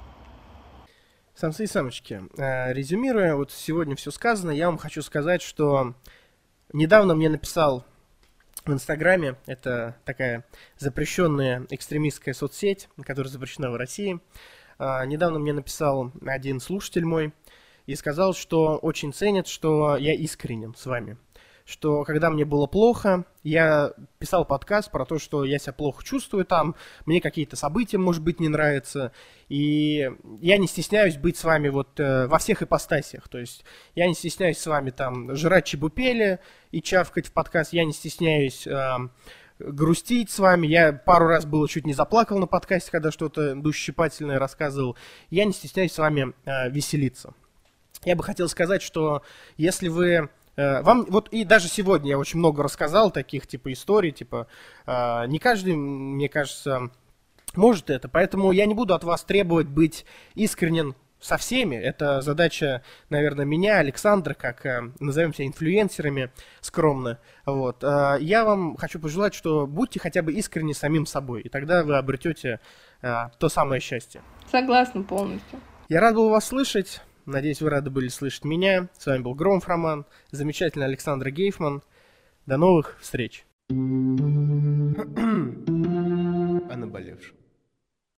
Самцы и самочки, э, резюмируя вот сегодня все сказано, я вам хочу сказать, что недавно мне написал в Инстаграме, это такая запрещенная экстремистская соцсеть, которая запрещена в России, А, недавно мне написал один слушатель мой и сказал, что очень ценит, что я искренен с вами. Что когда мне было плохо, я писал подкаст про то, что я себя плохо чувствую там, мне какие-то события, может быть, не нравятся, и я не стесняюсь быть с вами вот э, во всех ипостасях, то есть я не стесняюсь с вами там жрать чебупели и чавкать в подкаст, я не стесняюсь э, грустить с вами, я пару раз было чуть не заплакал на подкасте, когда что-то душещипательное рассказывал, я не стесняюсь с вами э, веселиться. Я бы хотел сказать, что если вы Вам вот и даже сегодня я очень много рассказал таких типа историй, типа э, не каждый, мне кажется, может это, поэтому я не буду от вас требовать быть искренним со всеми. Это задача, наверное, меня, Александра, как э, назовем себя инфлюенсерами скромно. Вот. Э, я вам хочу пожелать, что будьте хотя бы искренни самим собой, и тогда вы обретете э, то самое счастье. Согласна полностью. Я рад был вас слышать. Надеюсь, вы рады были слышать меня. С вами был Громов Роман, замечательный Александр Гейфман. До новых встреч. О наболевшем.